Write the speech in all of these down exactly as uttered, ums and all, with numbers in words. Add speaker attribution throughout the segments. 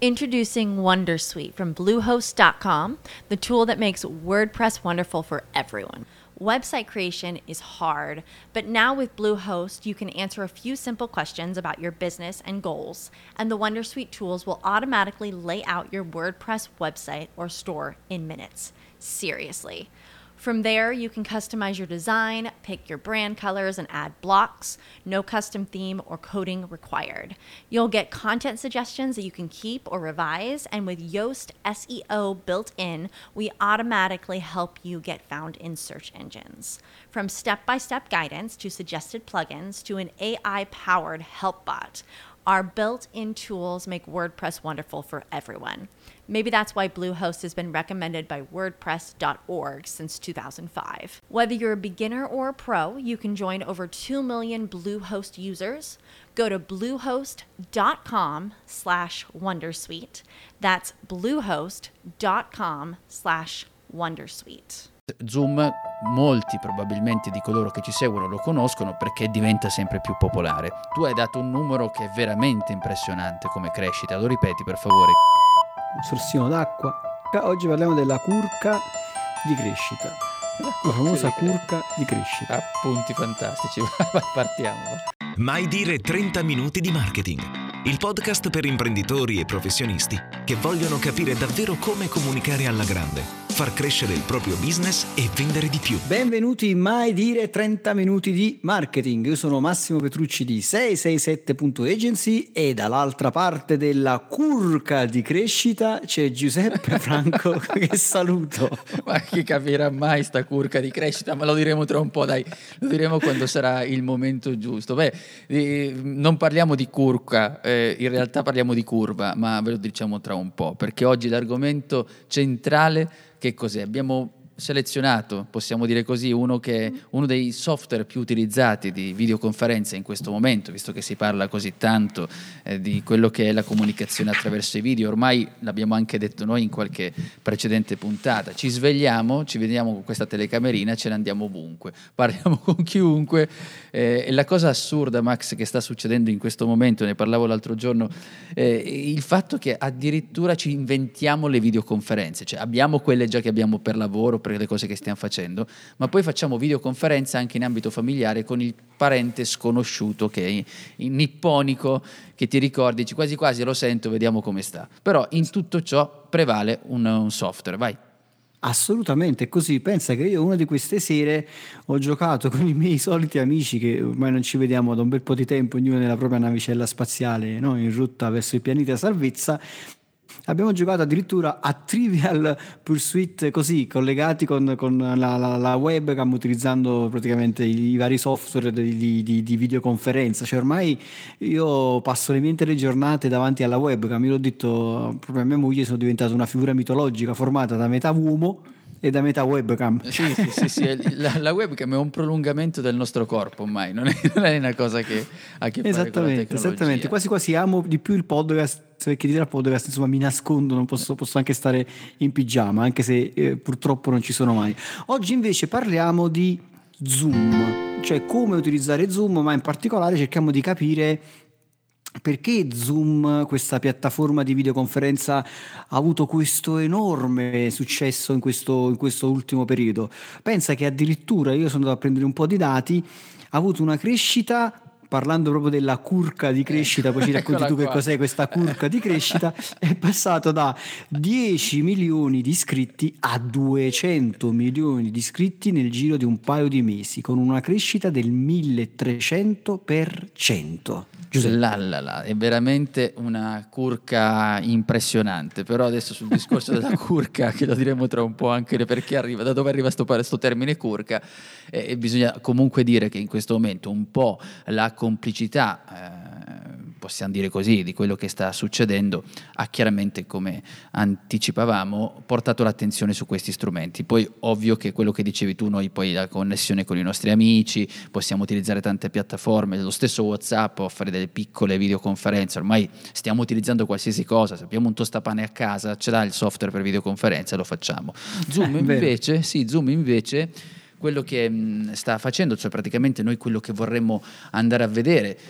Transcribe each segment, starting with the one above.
Speaker 1: Introducing Wondersuite from Bluehost dot com, the tool that makes WordPress wonderful for everyone. Website creation is hard, but now with Bluehost, you can answer a few simple questions about your business and goals, and the Wondersuite tools will automatically lay out your WordPress website or store in minutes. Seriously. From there, you can customize your design, pick your brand colors, and add blocks. No custom theme or coding required. You'll get content suggestions that you can keep or revise, and with Yoast S E O built in, we automatically help you get found in search engines. From step-by-step guidance to suggested plugins to an A I-powered help bot, our built-in tools make WordPress wonderful for everyone. Maybe that's why Bluehost has been recommended by WordPress dot org since two thousand five. Whether you're a beginner or a pro, you can join over two million Bluehost users. Go to bluehost dot com slash wondersuite. That's bluehost dot com slash wondersuite.
Speaker 2: Zoom, molti probabilmente di coloro che ci seguono lo conoscono perché diventa sempre più popolare. Tu hai dato un numero che è veramente impressionante come crescita, lo ripeti per favore?
Speaker 3: Un sorsino d'acqua. Oggi parliamo della curca di crescita, la famosa curca di crescita.
Speaker 2: Appunti fantastici, partiamo.
Speaker 4: Mai dire trenta minuti di marketing, il podcast per imprenditori e professionisti che vogliono capire davvero come comunicare alla grande, far crescere il proprio business e vendere di più.
Speaker 3: Benvenuti in Mai dire trenta minuti di marketing. Io sono Massimo Petrucci di sei sei sette punto agency e dall'altra parte della curca di crescita c'è Giuseppe Franco che saluto.
Speaker 2: Ma chi capirà mai sta curca di crescita? Ma lo diremo tra un po', dai, lo diremo quando sarà il momento giusto. Beh, eh, non parliamo di curca, eh, in realtà parliamo di curva, ma ve lo diciamo tra un po', perché oggi l'argomento centrale che cos'è? Abbiamo selezionato, possiamo dire così, uno che uno dei software più utilizzati di videoconferenza in questo momento, visto che si parla così tanto eh, di quello che è la comunicazione attraverso i video. Ormai l'abbiamo anche detto noi in qualche precedente puntata, ci svegliamo, ci vediamo con questa telecamerina, ce ne andiamo ovunque, parliamo con chiunque, eh, e la cosa assurda, Max, che sta succedendo in questo momento, ne parlavo l'altro giorno, eh, il fatto che addirittura ci inventiamo le videoconferenze, cioè abbiamo quelle già che abbiamo per lavoro, per le cose che stiamo facendo, ma poi facciamo videoconferenza anche in ambito familiare con il parente sconosciuto che è in nipponico, che ti ricordi, quasi quasi lo sento, vediamo come sta. Però in tutto ciò prevale un, un software, vai.
Speaker 3: Assolutamente, così. Pensa che io una di queste sere ho giocato con i miei soliti amici che ormai non ci vediamo da un bel po' di tempo, ognuno nella propria navicella spaziale, no? In rotta verso i pianeti della salvezza. Abbiamo giocato addirittura a Trivial Pursuit, così collegati con, con la, la, la webcam, utilizzando praticamente i, i vari software di, di, di videoconferenza. Cioè ormai io passo le mie intere giornate davanti alla webcam. Io l'ho detto proprio a mia moglie, sono diventato una figura mitologica formata da metà uomo e da metà webcam.
Speaker 2: Sì, sì, sì, sì. La, la webcam è un prolungamento del nostro corpo ormai, non è, non è una cosa che ha a che fare con la tecnologia.
Speaker 3: Esattamente, quasi quasi amo di più il podcast, perché dietro al podcast insomma mi nascondo, non posso, posso anche stare in pigiama, anche se eh, purtroppo non ci sono mai. Oggi invece parliamo di Zoom, cioè come utilizzare Zoom, ma in particolare cerchiamo di capire perché Zoom, questa piattaforma di videoconferenza, ha avuto questo enorme successo in questo, in questo ultimo periodo. Pensa che addirittura, io sono andato a prendere un po' di dati, ha avuto una crescita, parlando proprio della curca di crescita, ecco, poi ci racconti tu qua. Che cos'è questa curca di crescita, è passato da dieci milioni di iscritti a duecento milioni di iscritti nel giro di un paio di mesi, con una crescita del milletrecento per cento.
Speaker 2: La, la, la, è veramente una curca impressionante. Però adesso sul discorso della curca, che lo diremo tra un po' anche perché arriva, da dove arriva sto, sto termine curca, eh, bisogna comunque dire che in questo momento un po' la complicità, eh, possiamo dire così, di quello che sta succedendo ha chiaramente, come anticipavamo, portato l'attenzione su questi strumenti. Poi ovvio che quello che dicevi tu, noi poi la connessione con i nostri amici, possiamo utilizzare tante piattaforme, lo stesso WhatsApp o fare delle piccole videoconferenze. Ormai stiamo utilizzando qualsiasi cosa, se abbiamo un tostapane a casa ce l'ha il software per videoconferenza, lo facciamo. Zoom invece, sì, Zoom invece quello che mh, sta facendo, cioè praticamente noi quello che vorremmo andare a vedere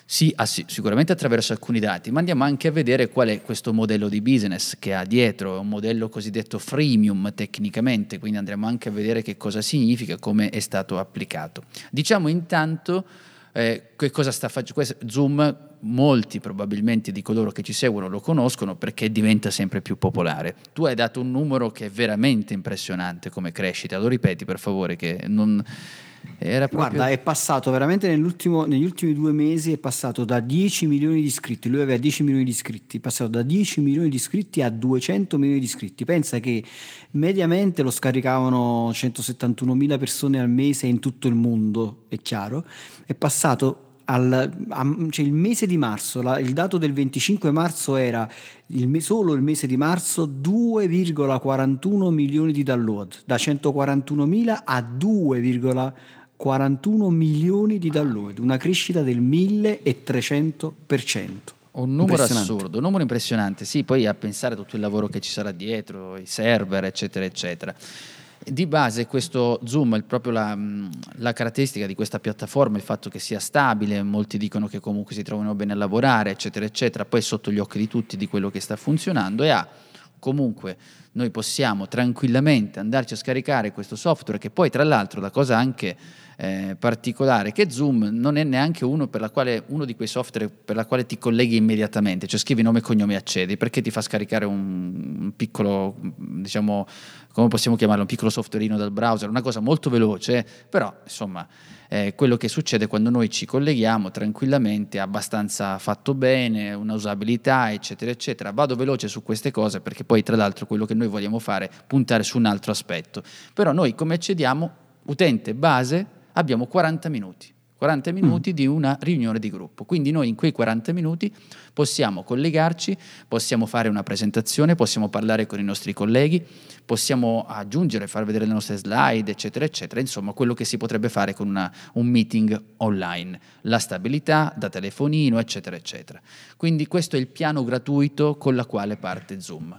Speaker 2: Sì, ah, sì, sicuramente attraverso alcuni dati, ma andiamo anche a vedere qual è questo modello di business che ha dietro, è un modello cosiddetto freemium tecnicamente, quindi andremo anche a vedere che cosa significa, come è stato applicato. Diciamo intanto eh, che cosa sta facendo Zoom. Molti probabilmente di coloro che ci seguono lo conoscono perché diventa sempre più popolare. Tu hai dato un numero che è veramente impressionante come crescita, lo ripeti per favore, che non... Era proprio...
Speaker 3: Guarda, è passato veramente nell'ultimo, negli ultimi due mesi, è passato da dieci milioni di iscritti, lui aveva dieci milioni di iscritti, è passato da dieci milioni di iscritti a duecento milioni di iscritti. Pensa che mediamente lo scaricavano centosettantunomila persone al mese in tutto il mondo, è chiaro, è passato al, a, cioè il mese di marzo, la, il dato del venticinque marzo era il, solo il mese di marzo due virgola quarantuno milioni di download, da centoquarantunomila a due virgola quarantuno milioni di download, una crescita del milletrecento per cento.
Speaker 2: Un numero assurdo, un numero impressionante, sì, poi a pensare a tutto il lavoro che ci sarà dietro, i server, eccetera, eccetera. Di base questo Zoom è proprio la, la caratteristica di questa piattaforma, il fatto che sia stabile, molti dicono che comunque si trovano bene a lavorare, eccetera, eccetera, poi è sotto gli occhi di tutti di quello che sta funzionando e ha comunque, noi possiamo tranquillamente andarci a scaricare questo software che poi tra l'altro la cosa anche eh, particolare che Zoom non è neanche uno per la quale uno di quei software per la quale ti colleghi immediatamente, cioè scrivi nome e cognome e accedi, perché ti fa scaricare un, un piccolo, diciamo, come possiamo chiamarlo, un piccolo softwareino dal browser, una cosa molto veloce, però insomma eh, quello che succede quando noi ci colleghiamo tranquillamente, abbastanza fatto bene, una usabilità eccetera eccetera. Vado veloce su queste cose perché poi tra l'altro quello che noi vogliamo fare è puntare su un altro aspetto, però noi come accediamo, utente base, abbiamo quaranta minuti quaranta minuti mm. di una riunione di gruppo, quindi noi in quei quaranta minuti possiamo collegarci, possiamo fare una presentazione, possiamo parlare con i nostri colleghi, possiamo aggiungere, far vedere le nostre slide, eccetera, eccetera, insomma quello che si potrebbe fare con una, un meeting online, la stabilità da telefonino, eccetera, eccetera. Quindi questo è il piano gratuito con la quale parte Zoom.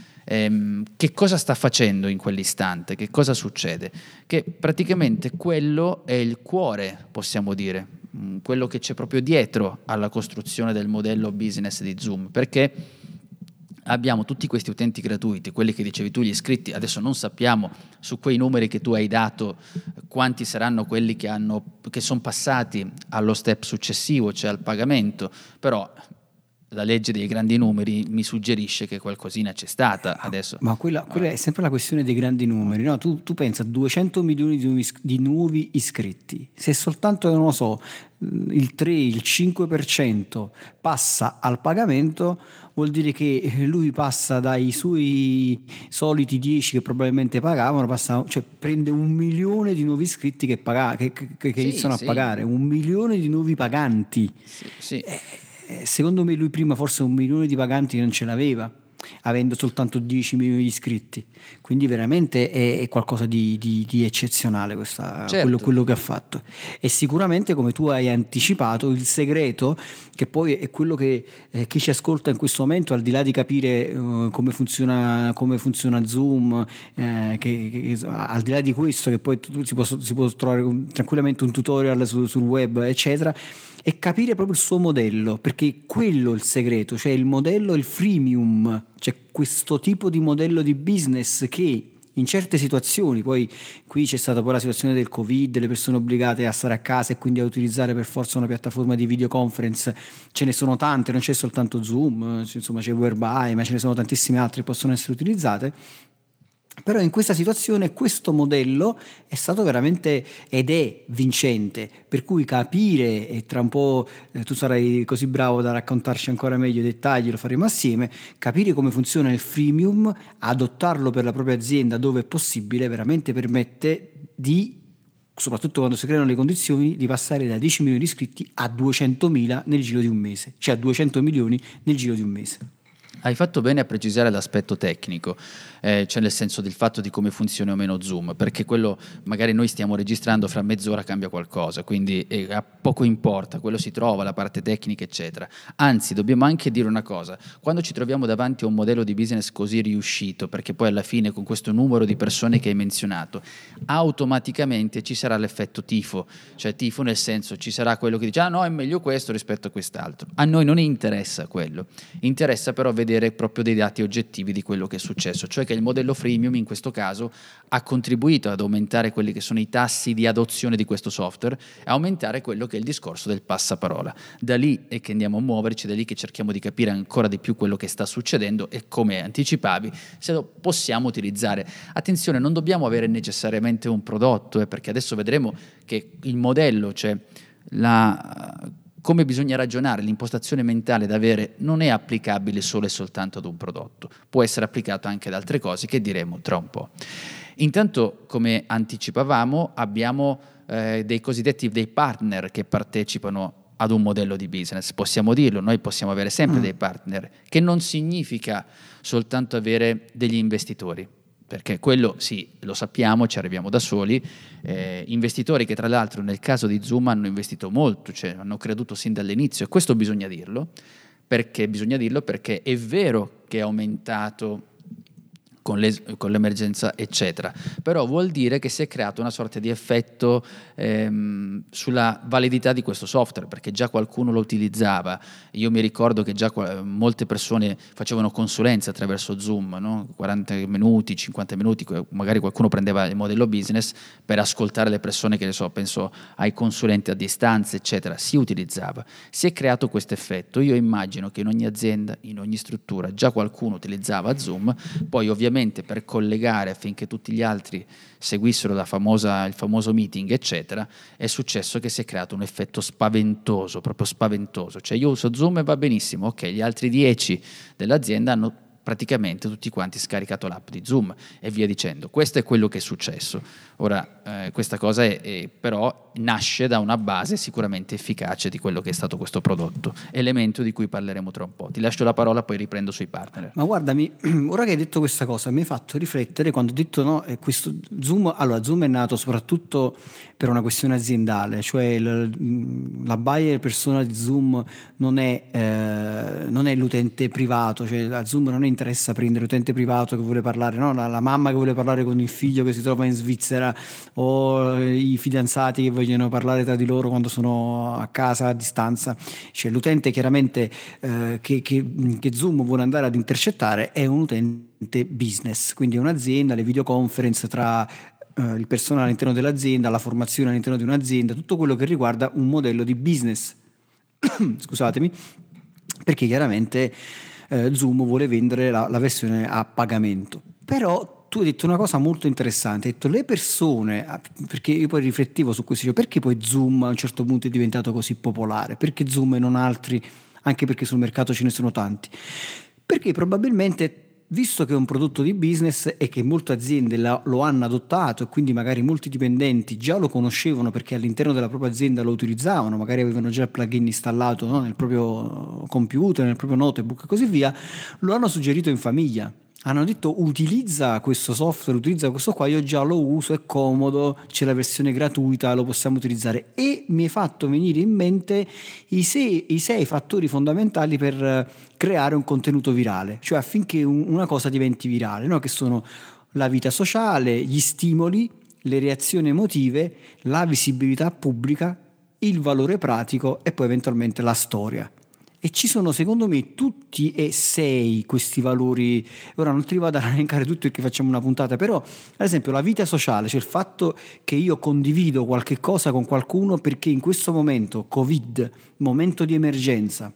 Speaker 2: Ehm, che cosa sta facendo in quell'istante? Che cosa succede? Che praticamente quello è il cuore, possiamo dire, quello che c'è proprio dietro alla costruzione del modello business di Zoom, perché abbiamo tutti questi utenti gratuiti, quelli che dicevi tu, gli iscritti. Adesso non sappiamo su quei numeri che tu hai dato quanti saranno quelli che hanno, che sono passati allo step successivo, cioè al pagamento, però la legge dei grandi numeri mi suggerisce che qualcosina c'è stata adesso.
Speaker 3: Ma quella, quella è sempre la questione dei grandi numeri, no? Tu, tu pensa a duecento milioni di nuovi, di nuovi iscritti, se soltanto, non lo so, il tre, il cinque per cento passa al pagamento, vuol dire che lui passa dai suoi soliti dieci che probabilmente pagavano, passa, cioè prende un milione di nuovi iscritti che, paga, che, che, che sì, iniziano sì. a pagare, un milione di nuovi paganti.
Speaker 2: Sì, sì.
Speaker 3: Eh, Secondo me lui prima forse un milione di paganti non ce l'aveva, avendo soltanto dieci milioni di iscritti, quindi veramente è, è qualcosa di, di, di eccezionale questa,
Speaker 2: certo.
Speaker 3: quello, quello che ha fatto. E sicuramente, come tu hai anticipato, il segreto, che poi è quello che eh, chi ci ascolta in questo momento, al di là di capire uh, come funziona, come funziona Zoom, eh, che, che, al di là di questo, che poi si può, si può trovare tranquillamente un tutorial su, sul web, eccetera, e capire proprio il suo modello, perché quello è il segreto, cioè il modello, il freemium, cioè questo tipo di modello di business che in certe situazioni, poi qui c'è stata poi la situazione del Covid, le persone obbligate a stare a casa e quindi a utilizzare per forza una piattaforma di videoconference, ce ne sono tante, non c'è soltanto Zoom, insomma c'è Whereby, ma ce ne sono tantissime altre che possono essere utilizzate. Però in questa situazione questo modello è stato veramente ed è vincente, per cui capire, e tra un po' eh, tu sarai così bravo da raccontarci ancora meglio i dettagli, lo faremo assieme, capire come funziona il freemium, adottarlo per la propria azienda dove è possibile, veramente permette di, soprattutto quando si creano le condizioni, di passare da dieci milioni di iscritti a duecentomila nel giro di un mese, cioè a duecento milioni nel giro di un mese.
Speaker 2: Hai fatto bene a precisare l'aspetto tecnico, eh, cioè nel senso del fatto di come funziona o meno Zoom, perché quello magari noi stiamo registrando, fra mezz'ora cambia qualcosa, quindi eh, a poco importa, quello si trova, la parte tecnica eccetera. Anzi, dobbiamo anche dire una cosa, quando ci troviamo davanti a un modello di business così riuscito, perché poi alla fine con questo numero di persone che hai menzionato, automaticamente ci sarà l'effetto tifo, cioè tifo nel senso ci sarà quello che dice ah no è meglio questo rispetto a quest'altro. A noi non interessa quello, interessa però vedere proprio dei dati oggettivi di quello che è successo, cioè che il modello freemium in questo caso ha contribuito ad aumentare quelli che sono i tassi di adozione di questo software e aumentare quello che è il discorso del passaparola. Da lì è che andiamo a muoverci, da lì che cerchiamo di capire ancora di più quello che sta succedendo e, come anticipavi, se lo possiamo utilizzare. Attenzione, non dobbiamo avere necessariamente un prodotto, eh, perché adesso vedremo che il modello, cioè la come bisogna ragionare, l'impostazione mentale da avere non è applicabile solo e soltanto ad un prodotto, può essere applicato anche ad altre cose che diremo tra un po'. Intanto, come anticipavamo, abbiamo eh, dei cosiddetti dei partner che partecipano ad un modello di business, possiamo dirlo, noi possiamo avere sempre mm. dei partner, che non significa soltanto avere degli investitori, perché quello sì, lo sappiamo, ci arriviamo da soli, eh, investitori che tra l'altro nel caso di Zoom hanno investito molto, cioè hanno creduto sin dall'inizio, e questo bisogna dirlo, perché bisogna dirlo perché è vero che è aumentato con, le, con l'emergenza eccetera, però vuol dire che si è creato una sorta di effetto ehm, sulla validità di questo software, perché già qualcuno lo utilizzava. Io mi ricordo che già molte persone facevano consulenza attraverso Zoom, no? quaranta minuti, cinquanta minuti, magari qualcuno prendeva il modello business per ascoltare le persone, che ne so, penso ai consulenti a distanza eccetera, si utilizzava, si è creato questo effetto. Io immagino che in ogni azienda, in ogni struttura già qualcuno utilizzava Zoom, poi ovviamente per collegare affinché tutti gli altri seguissero la famosa, il famoso meeting eccetera, è successo che si è creato un effetto spaventoso, proprio spaventoso, cioè io uso Zoom e va benissimo, ok, gli altri dieci dell'azienda hanno praticamente tutti quanti scaricato l'app di Zoom e via dicendo. Questo è quello che è successo. Ora, eh, questa cosa è, è, però nasce da una base sicuramente efficace di quello che è stato questo prodotto, elemento di cui parleremo tra un po'. Ti lascio la parola, poi riprendo sui partner.
Speaker 3: Ma guardami, ora che hai detto questa cosa mi hai fatto riflettere quando ho detto no, è questo Zoom, allora Zoom è nato soprattutto per una questione aziendale, cioè il, la buyer persona di Zoom non è, eh, non è l'utente privato, cioè a Zoom non è interessa prendere l'utente privato che vuole parlare, no? la, la mamma che vuole parlare con il figlio che si trova in Svizzera, o i fidanzati che vogliono parlare tra di loro quando sono a casa a distanza. Cioè l'utente chiaramente eh, che, che, che Zoom vuole andare ad intercettare è un utente business, quindi è un'azienda, le videoconference tra eh, il personale all'interno dell'azienda, la formazione all'interno di un'azienda, tutto quello che riguarda un modello di business. Scusatemi, perché chiaramente eh, Zoom vuole vendere la, la versione a pagamento. Però tu hai detto una cosa molto interessante, hai detto le persone, perché io poi riflettevo su questo, cioè, perché poi Zoom a un certo punto è diventato così popolare, perché Zoom e non altri, anche perché sul mercato ce ne sono tanti, perché probabilmente, visto che è un prodotto di business e che molte aziende la, lo hanno adottato e quindi magari molti dipendenti già lo conoscevano perché all'interno della propria azienda lo utilizzavano, magari avevano già il plugin installato, no, nel proprio computer, nel proprio notebook e così via, lo hanno suggerito in famiglia. Hanno detto utilizza questo software, utilizza questo qua, io già lo uso, è comodo, c'è la versione gratuita, lo possiamo utilizzare. E mi è fatto venire in mente i sei, i sei fattori fondamentali per creare un contenuto virale, cioè affinché un, una cosa diventi virale, no? Che sono la vita sociale, gli stimoli, le reazioni emotive, la visibilità pubblica, il valore pratico e poi eventualmente la storia. E ci sono secondo me tutti e sei questi valori. Ora non ti vado a elencare tutti perché facciamo una puntata, però ad esempio la vita sociale, cioè il fatto che io condivido qualche cosa con qualcuno perché in questo momento Covid, momento di emergenza,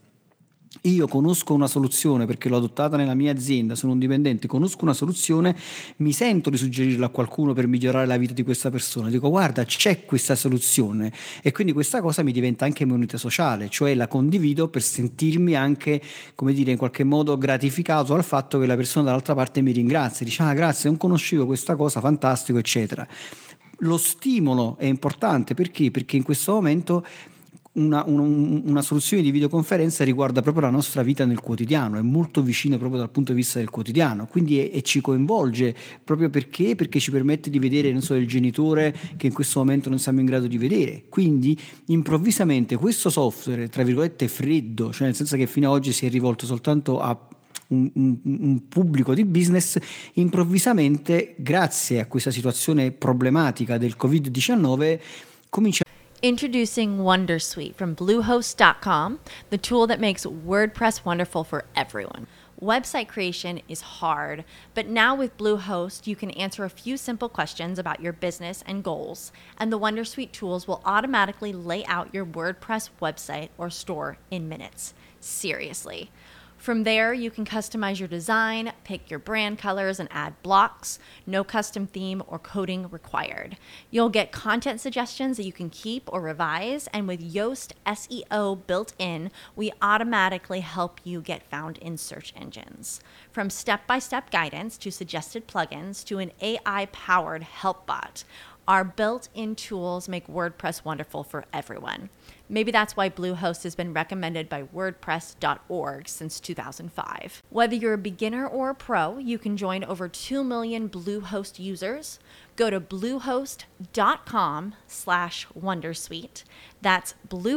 Speaker 3: io conosco una soluzione perché l'ho adottata nella mia azienda, sono un dipendente, conosco una soluzione, mi sento di suggerirla a qualcuno per migliorare la vita di questa persona, dico guarda c'è questa soluzione, e quindi questa cosa mi diventa anche moneta sociale, cioè la condivido per sentirmi anche, come dire, in qualche modo gratificato al fatto che la persona dall'altra parte mi ringrazia, dice ah grazie, non conoscevo questa cosa, fantastico eccetera. Lo stimolo è importante perché? Perché in questo momento una, un, una soluzione di videoconferenza riguarda proprio la nostra vita nel quotidiano, è molto vicino proprio dal punto di vista del quotidiano, quindi è, e ci coinvolge proprio perché, perché ci permette di vedere, non so, il genitore che in questo momento non siamo in grado di vedere. Quindi improvvisamente questo software, tra virgolette freddo, cioè nel senso che fino ad oggi si è rivolto soltanto a Un, un, un pubblico di business, improvvisamente, grazie a questa situazione problematica del covid diciannove, comincia.
Speaker 1: Introducing Wondersuite from Bluehost dot com, the tool that makes WordPress wonderful for everyone. Website creation is hard, but now with Bluehost, you can answer a few simple questions about your business and goals, and the Wondersuite tools will automatically lay out your WordPress website or store in minutes. Seriously. From there, you can customize your design, pick your brand colors, and add blocks. No custom theme or coding required. You'll get content suggestions that you can keep or revise, and with Yoast S E O built in, we automatically help you get found in search engines. From step-by-step guidance to suggested plugins to an A I-powered help bot, our built-in tools make WordPress wonderful for everyone. Maybe that's why Bluehost has been recommended by WordPress dot org since two thousand five. Whether you're a beginner or a pro, you can join over two million Bluehost users. Go to bluehost.com slash Wondersuite. That's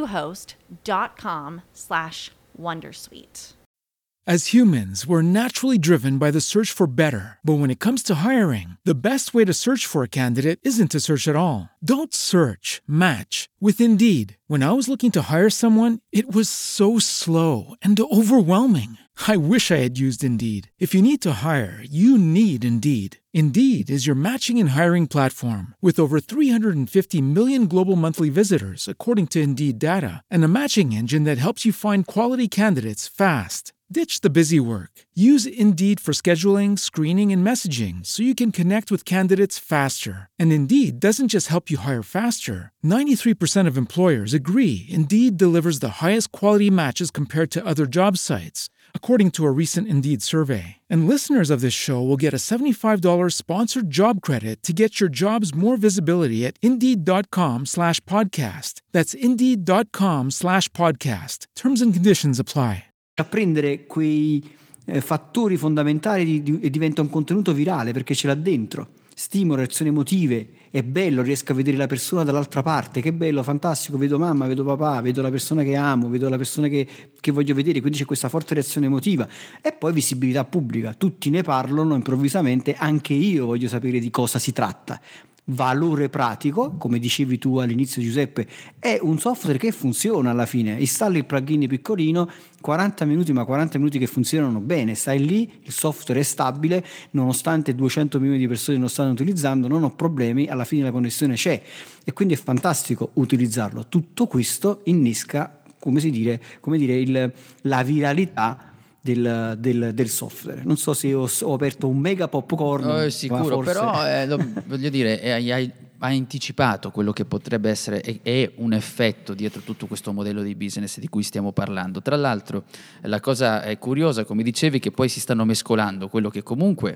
Speaker 1: bluehost.com slash Wondersuite.
Speaker 5: As humans, we're naturally driven by the search for better. But when it comes to hiring, the best way to search for a candidate isn't to search at all. Don't search, match with Indeed. When I was looking to hire someone, it was so slow and overwhelming. I wish I had used Indeed. If you need to hire, you need Indeed. Indeed is your matching and hiring platform with over three hundred fifty million global monthly visitors, according to Indeed data, and a matching engine that helps you find quality candidates fast. Ditch the busy work. Use Indeed for scheduling, screening, and messaging so you can connect with candidates faster. And Indeed doesn't just help you hire faster. ninety-three percent of employers agree Indeed delivers the highest quality matches compared to other job sites, according to a recent Indeed survey. And listeners of this show will get a seventy-five dollars sponsored job credit to get your jobs more visibility at Indeed.com slash podcast. That's Indeed.com slash podcast. Terms and conditions apply.
Speaker 3: A prendere quei eh, fattori fondamentali di, di, e diventa un contenuto virale perché ce l'ha dentro, stimola reazioni emotive, è bello, riesco a vedere la persona dall'altra parte, che bello, fantastico, vedo mamma, vedo papà, vedo la persona che amo, vedo la persona che, che voglio vedere, quindi c'è questa forte reazione emotiva e poi visibilità pubblica, tutti ne parlano improvvisamente, anche io voglio sapere di cosa si tratta. Valore pratico, come dicevi tu all'inizio Giuseppe, è un software che funziona alla fine, installi il plugin piccolino, quaranta minuti, ma quaranta minuti che funzionano bene, stai lì, il software è stabile, nonostante duecento milioni di persone lo stanno utilizzando, non ho problemi, alla fine la connessione c'è e quindi è fantastico utilizzarlo. Tutto questo innesca, come si dire, come dire il, la viralità Del, del, del software. Non so se ho, ho aperto un mega popcorn.
Speaker 2: Oh, sicuro,
Speaker 3: forse...
Speaker 2: però eh, lo, voglio dire, hai, hai anticipato quello che potrebbe essere è, è un effetto dietro tutto questo modello di business di cui stiamo parlando. Tra l'altro, la cosa è curiosa, come dicevi, che poi si stanno mescolando quello che comunque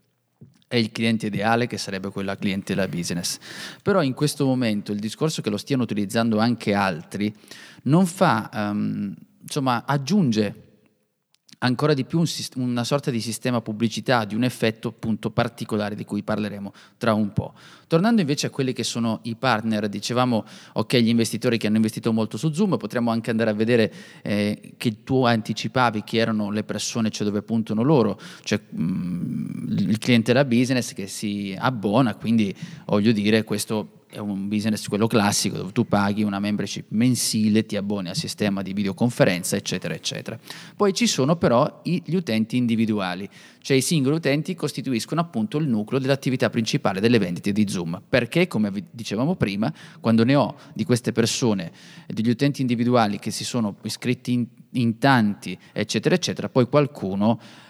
Speaker 2: è il cliente ideale, che sarebbe quella cliente della business. Però in questo momento il discorso che lo stiano utilizzando anche altri non fa, um, insomma, aggiunge ancora di più un, una sorta di sistema pubblicità, di un effetto appunto particolare di cui parleremo tra un po'. Tornando invece a quelli che sono i partner, dicevamo ok, gli investitori che hanno investito molto su Zoom, potremmo anche andare a vedere eh, che tu anticipavi chi erano le persone, cioè dove puntano loro, cioè mh, il cliente della business che si abbona, quindi voglio dire questo è un business quello classico dove tu paghi una membership mensile, ti abboni al sistema di videoconferenza eccetera eccetera. Poi ci sono però i, gli utenti individuali, cioè i singoli utenti costituiscono appunto il nucleo dell'attività principale delle vendite di Zoom, perché come dicevamo prima, quando ne ho di queste persone, degli utenti individuali che si sono iscritti in, in tanti eccetera eccetera, poi qualcuno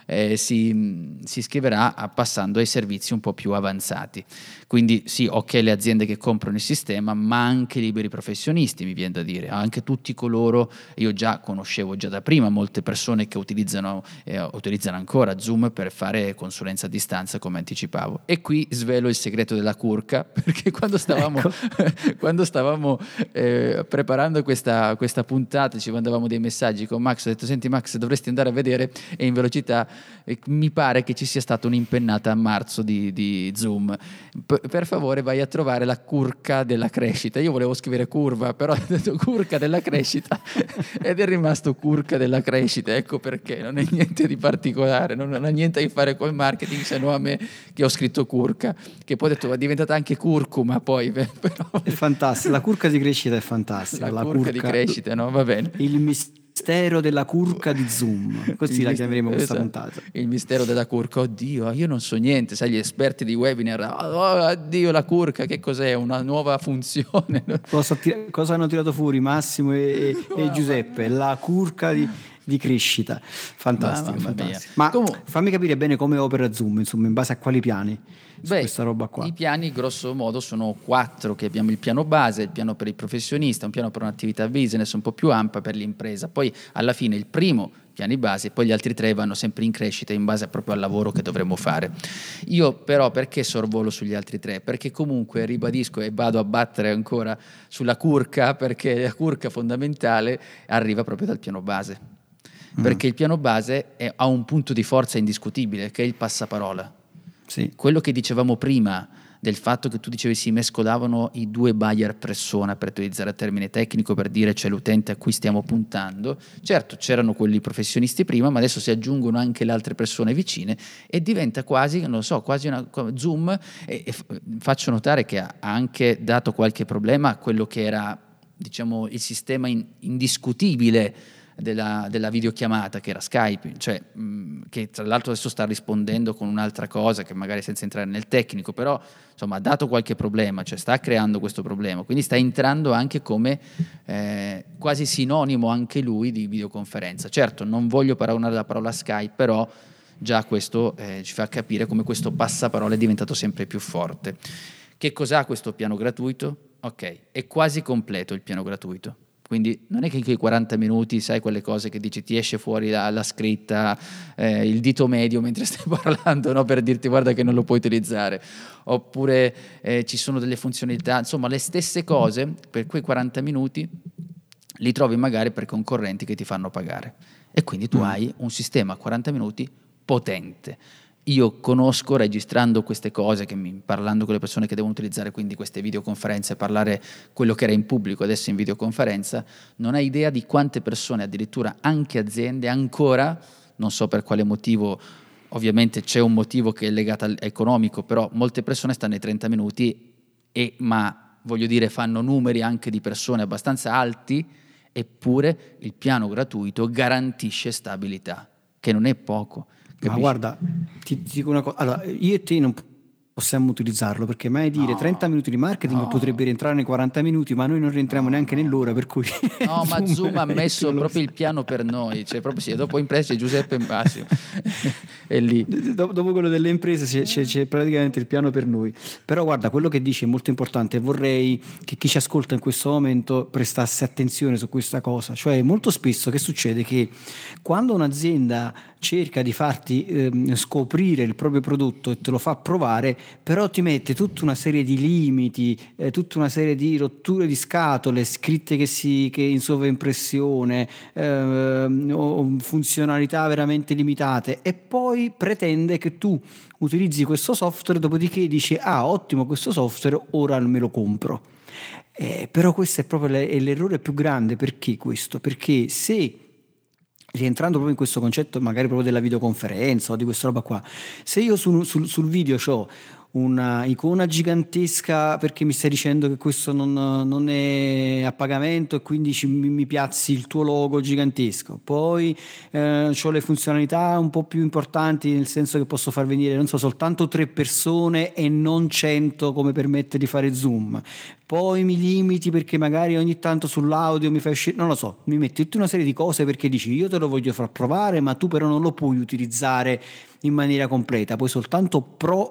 Speaker 2: eh, si, si scriverà a, passando ai servizi un po' più avanzati. Quindi sì, ok, le aziende che comprano il sistema, ma anche liberi professionisti, mi viene da dire, anche tutti coloro, io già conoscevo già da prima molte persone che utilizzano, eh, utilizzano ancora Zoom per fare consulenza a distanza, come anticipavo. E qui svelo il segreto della curca, perché quando stavamo, ecco. quando stavamo eh, preparando questa, questa puntata, ci mandavamo dei messaggi con Max, ho detto: senti Max, dovresti andare a vedere, e in velocità eh, mi pare che ci sia stata un'impennata a marzo di, di Zoom. P- per favore vai a trovare la curca della crescita. Io volevo scrivere curva, però ho detto curca della crescita ed è rimasto curca della crescita. Ecco perché non è niente di particolare, non ha niente a che fare col marketing, se no a me che ho scritto curca, che poi ho detto è diventata anche curcuma poi. Però...
Speaker 3: è fantastica, la curca di crescita è fantastica.
Speaker 2: La,
Speaker 3: la
Speaker 2: curca, curca di crescita, no? Va bene.
Speaker 3: Il mistero della curca di Zoom, così il la chiameremo questa
Speaker 2: esatto.
Speaker 3: puntata.
Speaker 2: Il mistero della curca. Oddio, io non so niente, sai, gli esperti di webinar, oh, oddio, la curca, che cos'è? Una nuova funzione?
Speaker 3: Cosa, cosa hanno tirato fuori Massimo e, e, e Giuseppe? La curca di, di crescita. Fantastico,
Speaker 2: Mamma
Speaker 3: fantastico.
Speaker 2: Mia.
Speaker 3: Ma
Speaker 2: Comunque,
Speaker 3: fammi capire bene come opera Zoom, insomma, in base a quali piani.
Speaker 2: Beh,
Speaker 3: questa roba qua.
Speaker 2: I piani grosso modo sono quattro, che abbiamo il piano base, il piano per il professionista, un piano per un'attività business un po' più ampia per l'impresa, poi alla fine il primo piani base e poi gli altri tre vanno sempre in crescita in base proprio al lavoro che dovremmo fare. Io però perché sorvolo sugli altri tre? Perché comunque ribadisco e vado a battere ancora sulla curca, perché la curca fondamentale arriva proprio dal piano base, mm. perché il piano base è, ha un punto di forza indiscutibile che è il passaparola.
Speaker 3: Sì.
Speaker 2: Quello che dicevamo prima del fatto che tu dicevi si mescolavano i due buyer persona, per utilizzare il termine tecnico, per dire c'è l'utente a cui stiamo puntando. Certo, c'erano quelli professionisti prima, ma adesso si aggiungono anche le altre persone vicine e diventa quasi, non so, quasi una Zoom, e, e faccio notare che ha anche dato qualche problema a quello che era, diciamo, il sistema in, indiscutibile Della, della videochiamata, che era Skype, cioè mh, che tra l'altro adesso sta rispondendo con un'altra cosa che magari senza entrare nel tecnico, però insomma ha dato qualche problema, cioè sta creando questo problema, quindi sta entrando anche come eh, quasi sinonimo anche lui di videoconferenza. Certo, non voglio paragonare la parola Skype, però già questo eh, ci fa capire come questo passaparola è diventato sempre più forte. Che cos'ha questo piano gratuito? Ok, è quasi completo il piano gratuito. Quindi non è che in quei quaranta minuti, sai, quelle cose che dici, ti esce fuori la, la scritta, eh, il dito medio mentre stai parlando, no? Per dirti guarda che non lo puoi utilizzare, oppure eh, ci sono delle funzionalità, insomma le stesse cose per quei quaranta minuti li trovi magari per concorrenti che ti fanno pagare, e quindi tu mm. hai un sistema a quaranta minuti potente. Io conosco, registrando queste cose, che mi, parlando con le persone che devono utilizzare quindi queste videoconferenze, parlare quello che era in pubblico adesso in videoconferenza, non hai idea di quante persone, addirittura anche aziende, ancora, non so per quale motivo, ovviamente c'è un motivo che è legato al economico, però molte persone stanno ai trenta minuti, e, ma voglio dire fanno numeri anche di persone abbastanza alti, eppure il piano gratuito garantisce stabilità, che non è poco. Capisci?
Speaker 3: Ma guarda, ti, ti dico una cosa, allora io e te non possiamo utilizzarlo, perché mai dire
Speaker 2: no,
Speaker 3: trenta minuti di marketing no. potrebbe rientrare nei quaranta minuti, ma noi non rientriamo
Speaker 2: no,
Speaker 3: neanche nell'ora, per cui
Speaker 2: no, ma Zoom ha messo proprio il piano per noi, cioè proprio sì, dopo imprese Giuseppe Massimo è lì.
Speaker 3: Dopo quello delle imprese c'è, c'è, c'è praticamente il piano per noi. Però guarda, quello che dici è molto importante, vorrei che chi ci ascolta in questo momento prestasse attenzione su questa cosa. Cioè molto spesso che succede? Che quando un'azienda cerca di farti eh, scoprire il proprio prodotto e te lo fa provare, però ti mette tutta una serie di limiti, eh, tutta una serie di rotture di scatole, scritte che, si, che in sovraimpressione, eh, o funzionalità veramente limitate, e poi pretende che tu utilizzi questo software, dopodiché dici ah ottimo questo software, ora me lo compro. Eh, però questo è proprio le, è l'errore più grande. Perché questo? Perché se, rientrando proprio in questo concetto magari proprio della videoconferenza o di questa roba qua, se io sul, sul, sul video c'ho una icona gigantesca perché mi stai dicendo che questo non, non è a pagamento e quindi ci, mi, mi piazzi il tuo logo gigantesco. Poi eh, ho le funzionalità un po' più importanti, nel senso che posso far venire, non so, soltanto tre persone e non cento come permette di fare Zoom. Poi mi limiti perché magari ogni tanto sull'audio mi fai uscire, non lo so, mi metti tutta una serie di cose perché dici io te lo voglio far provare, ma tu però non lo puoi utilizzare in maniera completa, puoi soltanto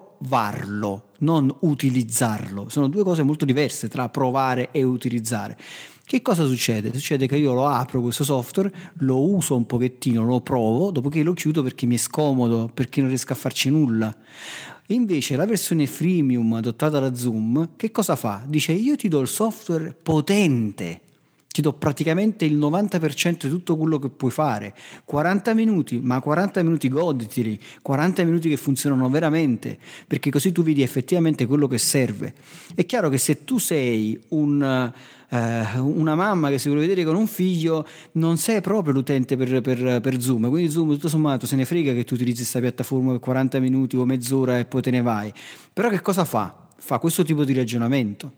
Speaker 3: provarlo, non utilizzarlo. Sono due cose molto diverse tra provare e utilizzare. Che cosa succede? Succede che io lo apro questo software, lo uso un pochettino, lo provo, dopodiché lo chiudo perché mi è scomodo, perché non riesco a farci nulla. Invece la versione freemium adottata da Zoom, che cosa fa? Dice io ti do il software potente, ti do praticamente il novanta per cento di tutto quello che puoi fare, quaranta minuti, ma quaranta minuti goditeli, quaranta minuti che funzionano veramente, perché così tu vedi effettivamente quello che serve. È chiaro che se tu sei un... Uh, una mamma che si vuole vedere con un figlio, non sei proprio l'utente per, per, per Zoom, quindi Zoom tutto sommato se ne frega che tu utilizzi questa piattaforma per quaranta minuti o mezz'ora e poi te ne vai. Però che cosa fa? Fa questo tipo di ragionamento.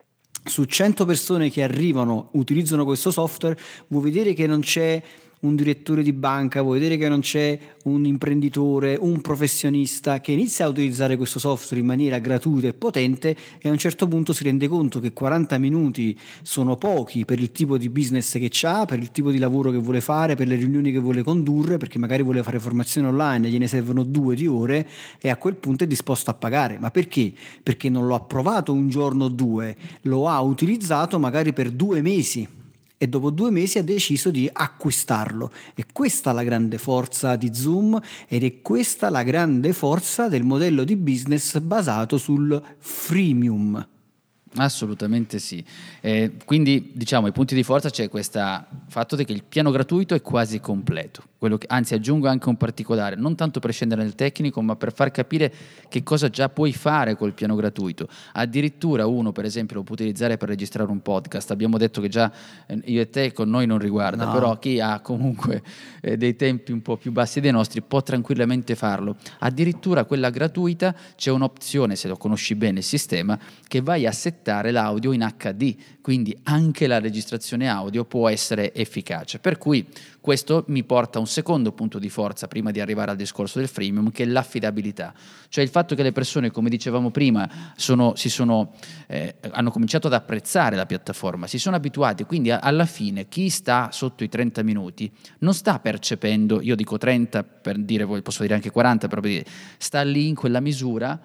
Speaker 3: Su cento persone che arrivano, utilizzano questo software, vuoi vedere che non c'è un direttore di banca, vuoi vedere che non c'è un imprenditore, un professionista che inizia a utilizzare questo software in maniera gratuita e potente e a un certo punto si rende conto che quaranta minuti sono pochi per il tipo di business che ha, per il tipo di lavoro che vuole fare, per le riunioni che vuole condurre, perché magari vuole fare formazione online e gliene servono due di ore e a quel punto è disposto a pagare. Ma perché? Perché non lo ha provato un giorno o due, lo ha utilizzato magari per due mesi. E dopo due mesi ha deciso di acquistarlo. E questa è la grande forza di Zoom ed è questa la grande forza del modello di business basato sul freemium.
Speaker 2: Assolutamente sì. Eh, quindi diciamo i punti di forza c'è questo fatto che il piano gratuito è quasi completo, quello che, anzi aggiungo anche un particolare, non tanto per scendere nel tecnico ma per far capire che cosa già puoi fare col piano gratuito. Addirittura uno per esempio lo può utilizzare per registrare un podcast, abbiamo detto che già eh, io e te con noi non riguarda, no. Però chi ha comunque eh, dei tempi un po' più bassi dei nostri può tranquillamente farlo. Addirittura quella gratuita c'è un'opzione, se lo conosci bene il sistema, che vai a settare l'audio in acca di, quindi anche la registrazione audio può essere efficace, per cui questo mi porta a un secondo punto di forza prima di arrivare al discorso del freemium, che è l'affidabilità, cioè il fatto che le persone, come dicevamo prima, sono, si sono, eh, hanno cominciato ad apprezzare la piattaforma, si sono abituati, quindi a, alla fine chi sta sotto i trenta minuti non sta percependo, io dico trenta per dire, poi posso dire anche quaranta, però per dire, sta lì in quella misura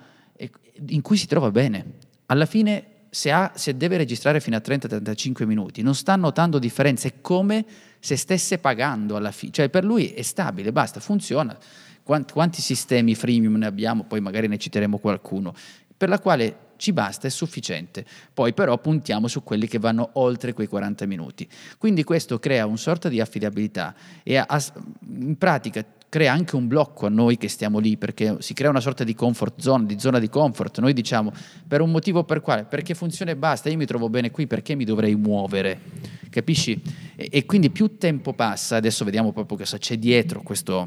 Speaker 2: in cui si trova bene. Alla fine Se, ha, se deve registrare fino a trenta trentacinque minuti non sta notando differenze, è come se stesse pagando alla fine, cioè per lui è stabile, basta, funziona. Quanti, quanti sistemi freemium ne abbiamo, poi magari ne citeremo qualcuno, per la quale ci basta, è sufficiente. Poi però puntiamo su quelli che vanno oltre quei quaranta minuti, quindi questo crea una sorta di affidabilità e a, a, in pratica crea anche un blocco a noi che stiamo lì, perché si crea una sorta di comfort zone, di zona di comfort. Noi diciamo per un motivo per quale? Perché funziona e basta, io mi trovo bene qui, perché mi dovrei muovere? Capisci? E, e quindi più tempo passa, adesso vediamo proprio cosa c'è dietro questo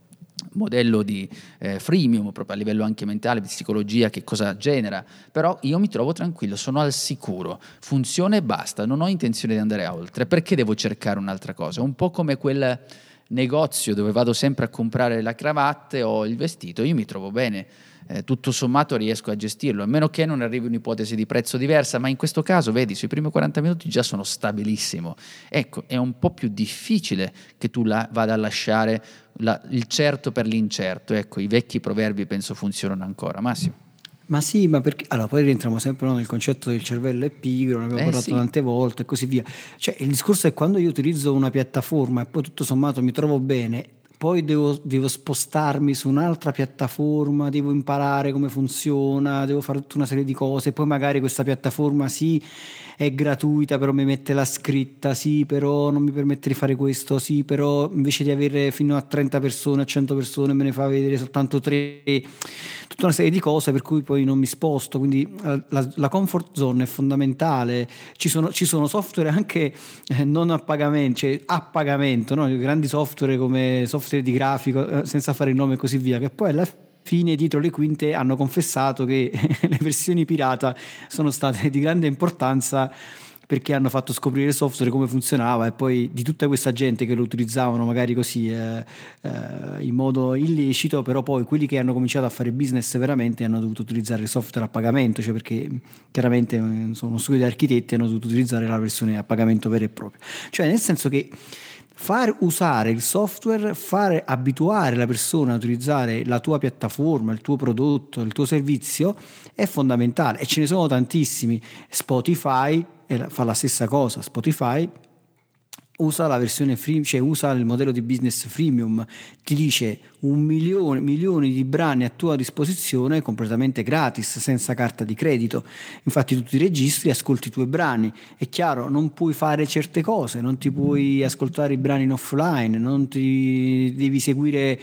Speaker 2: modello di eh, freemium, proprio a livello anche mentale, di psicologia, che cosa genera, però io mi trovo tranquillo, sono al sicuro, funziona e basta, non ho intenzione di andare oltre, perché devo cercare un'altra cosa? Un po' come quel negozio dove vado sempre a comprare la cravatta o il vestito, io mi trovo bene, eh, tutto sommato riesco a gestirlo, a meno che non arrivi un'ipotesi di prezzo diversa, ma in questo caso vedi, sui primi quaranta minuti già sono stabilissimo. Ecco, è un po' più difficile che tu la, vada a lasciare la, il certo per l'incerto. Ecco, i vecchi proverbi penso funzionano ancora. Massimo?
Speaker 3: Ma sì, ma perché allora poi rientriamo sempre no, nel concetto del cervello è pigro, ne abbiamo
Speaker 2: eh
Speaker 3: parlato
Speaker 2: sì.
Speaker 3: tante volte e così via. Cioè il discorso è quando io utilizzo una piattaforma e poi tutto sommato mi trovo bene, poi devo, devo spostarmi su un'altra piattaforma, devo imparare come funziona, devo fare tutta una serie di cose, poi magari questa piattaforma sì è gratuita però mi mette la scritta, sì però non mi permette di fare questo, sì però invece di avere fino a trenta persone, a cento persone me ne fa vedere soltanto tre, tutta una serie di cose per cui poi non mi sposto, quindi la, la comfort zone è fondamentale. Ci sono, ci sono software anche eh, non a pagamento, cioè a pagamento, no? Grandi software come software di grafico, eh, senza fare il nome e così via, che poi alla fine, dietro le quinte, hanno confessato che le versioni pirata sono state di grande importanza perché hanno fatto scoprire il software, come funzionava, e poi di tutta questa gente che lo utilizzavano magari così eh, eh, in modo illecito, però poi quelli che hanno cominciato a fare business veramente hanno dovuto utilizzare il software a pagamento, cioè perché chiaramente eh, sono uno studio di architetti, hanno dovuto utilizzare la versione a pagamento vera e propria, cioè nel senso che far usare il software, fare abituare la persona a utilizzare la tua piattaforma, il tuo prodotto, il tuo servizio è fondamentale, e ce ne sono tantissimi. Spotify fa la stessa cosa. Spotify usa la versione free, cioè usa il modello di business freemium, ti dice un milione, milioni di brani a tua disposizione completamente gratis, senza carta di credito. Infatti tu ti registri, ascolti i tuoi brani. È chiaro, non puoi fare certe cose, non ti puoi ascoltare i brani in offline, non ti devi seguire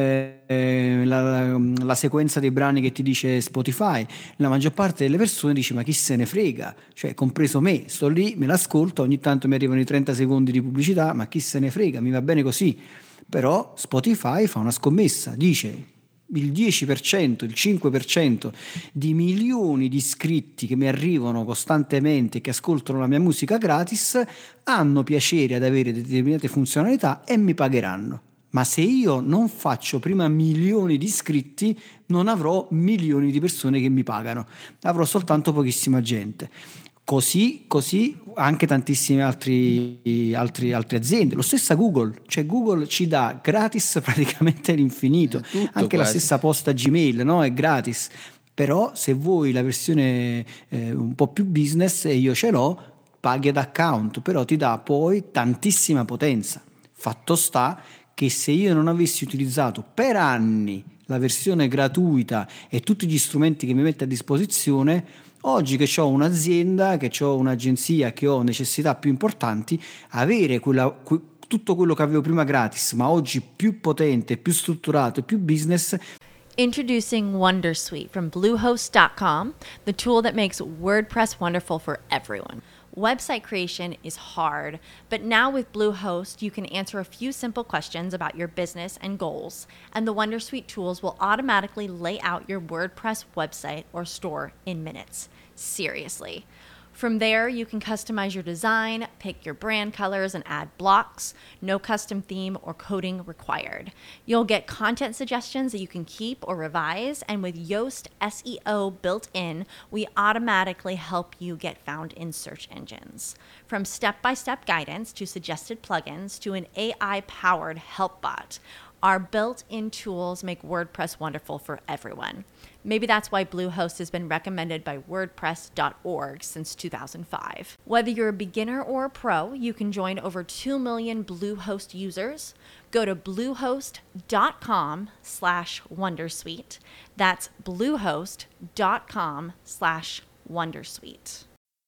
Speaker 3: eh, la, la sequenza dei brani che ti dice Spotify. La maggior parte delle persone dice: ma chi se ne frega, cioè compreso me, sto lì, me l'ascolto, ogni tanto mi arrivano i trenta secondi di pubblicità, ma chi se ne frega, mi va bene così. Però Spotify fa una scommessa, dice il dieci per cento, il cinque per cento di milioni di iscritti che mi arrivano costantemente, che ascoltano la mia musica gratis, hanno piacere ad avere determinate funzionalità e mi pagheranno. Ma se io non faccio prima milioni di iscritti, non avrò milioni di persone che mi pagano, avrò soltanto pochissima gente. Così, così anche tantissime altri, altri, altre aziende, lo stessa Google, cioè Google ci dà gratis praticamente l'infinito,
Speaker 2: Tutto
Speaker 3: anche
Speaker 2: quasi.
Speaker 3: La stessa posta Gmail, no? È gratis, però se vuoi la versione eh, un po' più business, e io ce l'ho, paghi ad account, però ti dà poi tantissima potenza. Fatto sta che se io non avessi utilizzato per anni la versione gratuita e tutti gli strumenti che mi mette a disposizione, oggi che ho un'azienda, che ho un'agenzia, che ho necessità più importanti, avere quella, que, tutto quello che avevo prima gratis, ma oggi più potente, più strutturato e più business.
Speaker 1: Introducing Wondersuite from Bluehost dot com, the tool that makes WordPress wonderful for everyone. Website creation is hard, but now with Bluehost, you can answer a few simple questions about your business and goals, and the Wondersuite tools will automatically lay out your WordPress website or store in minutes. Seriously. From there, you can customize your design, pick your brand colors, and add blocks. No custom theme or coding required. You'll get content suggestions that you can keep or revise, and with Yoast S E O built in, we automatically help you get found in search engines. From step-by-step guidance to suggested plugins to an A I-powered help bot, our built-in tools make WordPress wonderful for everyone. Maybe that's why Bluehost has been recommended by WordPress dot org since two thousand five. Whether you're a beginner or a pro, you can join over two million Bluehost users. Go to bluehost dot com slash wondersuite. That's bluehost dot com slash wondersuite.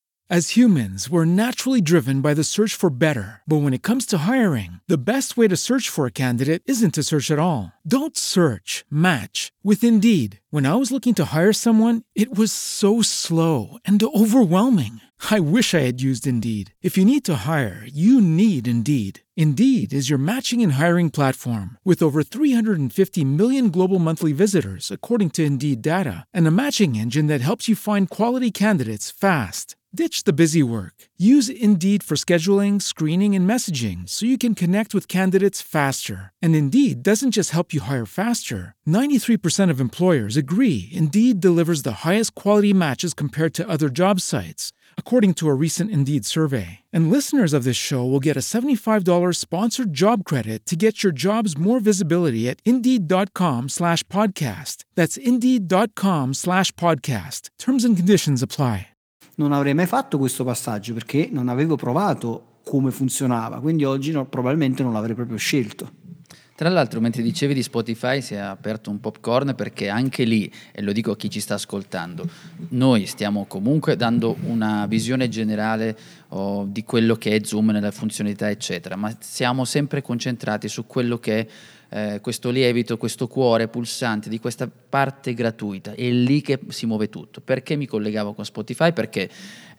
Speaker 5: As humans, we're naturally driven by the search for better. But when it comes to hiring, the best way to search for a candidate isn't to search at all. Don't search, match with Indeed. When I was looking to hire someone, it was so slow and overwhelming. I wish I had used Indeed. If you need to hire, you need Indeed. Indeed is your matching and hiring platform with over three hundred fifty million global monthly visitors, according to Indeed data, and a matching engine that helps you find quality candidates fast. Ditch the busy work. Use Indeed for scheduling, screening, and messaging so you can connect with candidates faster. And Indeed doesn't just help you hire faster. ninety-three percent of employers agree Indeed delivers the highest quality matches compared to other job sites, according to a recent Indeed survey. And listeners of this show will get a seventy-five dollars sponsored job credit to get your jobs more visibility at Indeed.com slash podcast. That's Indeed.com slash podcast. Terms and conditions apply.
Speaker 3: Non avrei mai fatto questo passaggio perché non avevo provato come funzionava, quindi oggi no, probabilmente non l'avrei proprio scelto.
Speaker 2: Tra l'altro, mentre dicevi di Spotify, si è aperto un popcorn, perché anche lì, e lo dico a chi ci sta ascoltando, noi stiamo comunque dando una visione generale oh, di quello che è Zoom nella funzionalità eccetera, ma siamo sempre concentrati su quello che è eh, questo lievito, questo cuore pulsante di questa parte gratuita. È lì che si muove tutto. Perché mi collegavo con Spotify? Perché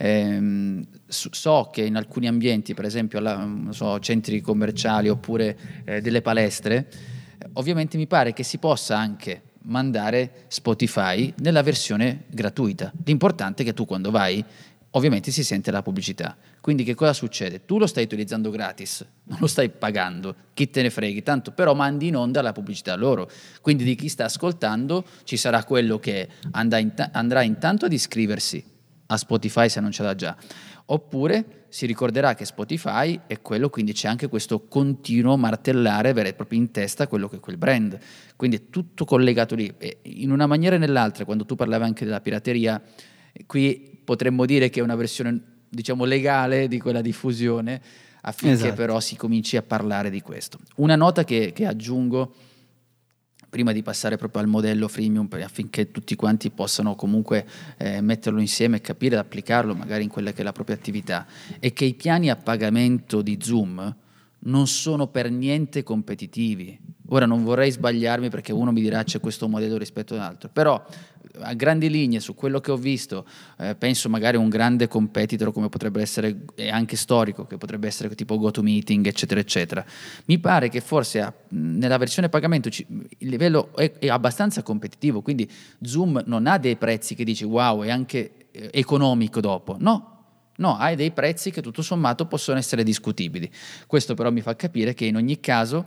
Speaker 2: ehm, so che in alcuni ambienti, per esempio alla, non so, centri commerciali oppure eh, delle palestre, ovviamente mi pare che si possa anche mandare Spotify nella versione gratuita. L'importante è che tu quando vai, ovviamente si sente la pubblicità. Quindi che cosa succede? Tu lo stai utilizzando gratis, non lo stai pagando, chi te ne freghi, tanto però mandi in onda la pubblicità loro. Quindi di chi sta ascoltando ci sarà quello che andrà, int- andrà intanto ad iscriversi a Spotify se non ce l'ha già, oppure si ricorderà che Spotify è quello, quindi c'è anche questo continuo martellare vero e proprio in testa quello che è quel brand, quindi è tutto collegato lì, e in una maniera o nell'altra. Quando tu parlavi anche della pirateria, qui potremmo dire che è una versione, diciamo, legale di quella diffusione, affinché
Speaker 3: Esatto.
Speaker 2: però si cominci a parlare di questo. Una nota che, che aggiungo prima di passare proprio al modello freemium, affinché tutti quanti possano comunque eh, metterlo insieme e capire ed applicarlo magari in quella che è la propria attività, è che i piani a pagamento di Zoom non sono per niente competitivi. Ora non vorrei sbagliarmi, perché uno mi dirà c'è questo modello rispetto all'altro, però a grandi linee su quello che ho visto, eh, penso magari un grande competitor come potrebbe essere, e anche storico, che potrebbe essere tipo GoToMeeting eccetera eccetera, mi pare che forse a, nella versione pagamento ci, il livello è, è abbastanza competitivo, quindi Zoom non ha dei prezzi che dici wow è anche eh, economico dopo, no. No, hai dei prezzi che tutto sommato possono essere discutibili. Questo però mi fa capire che in ogni caso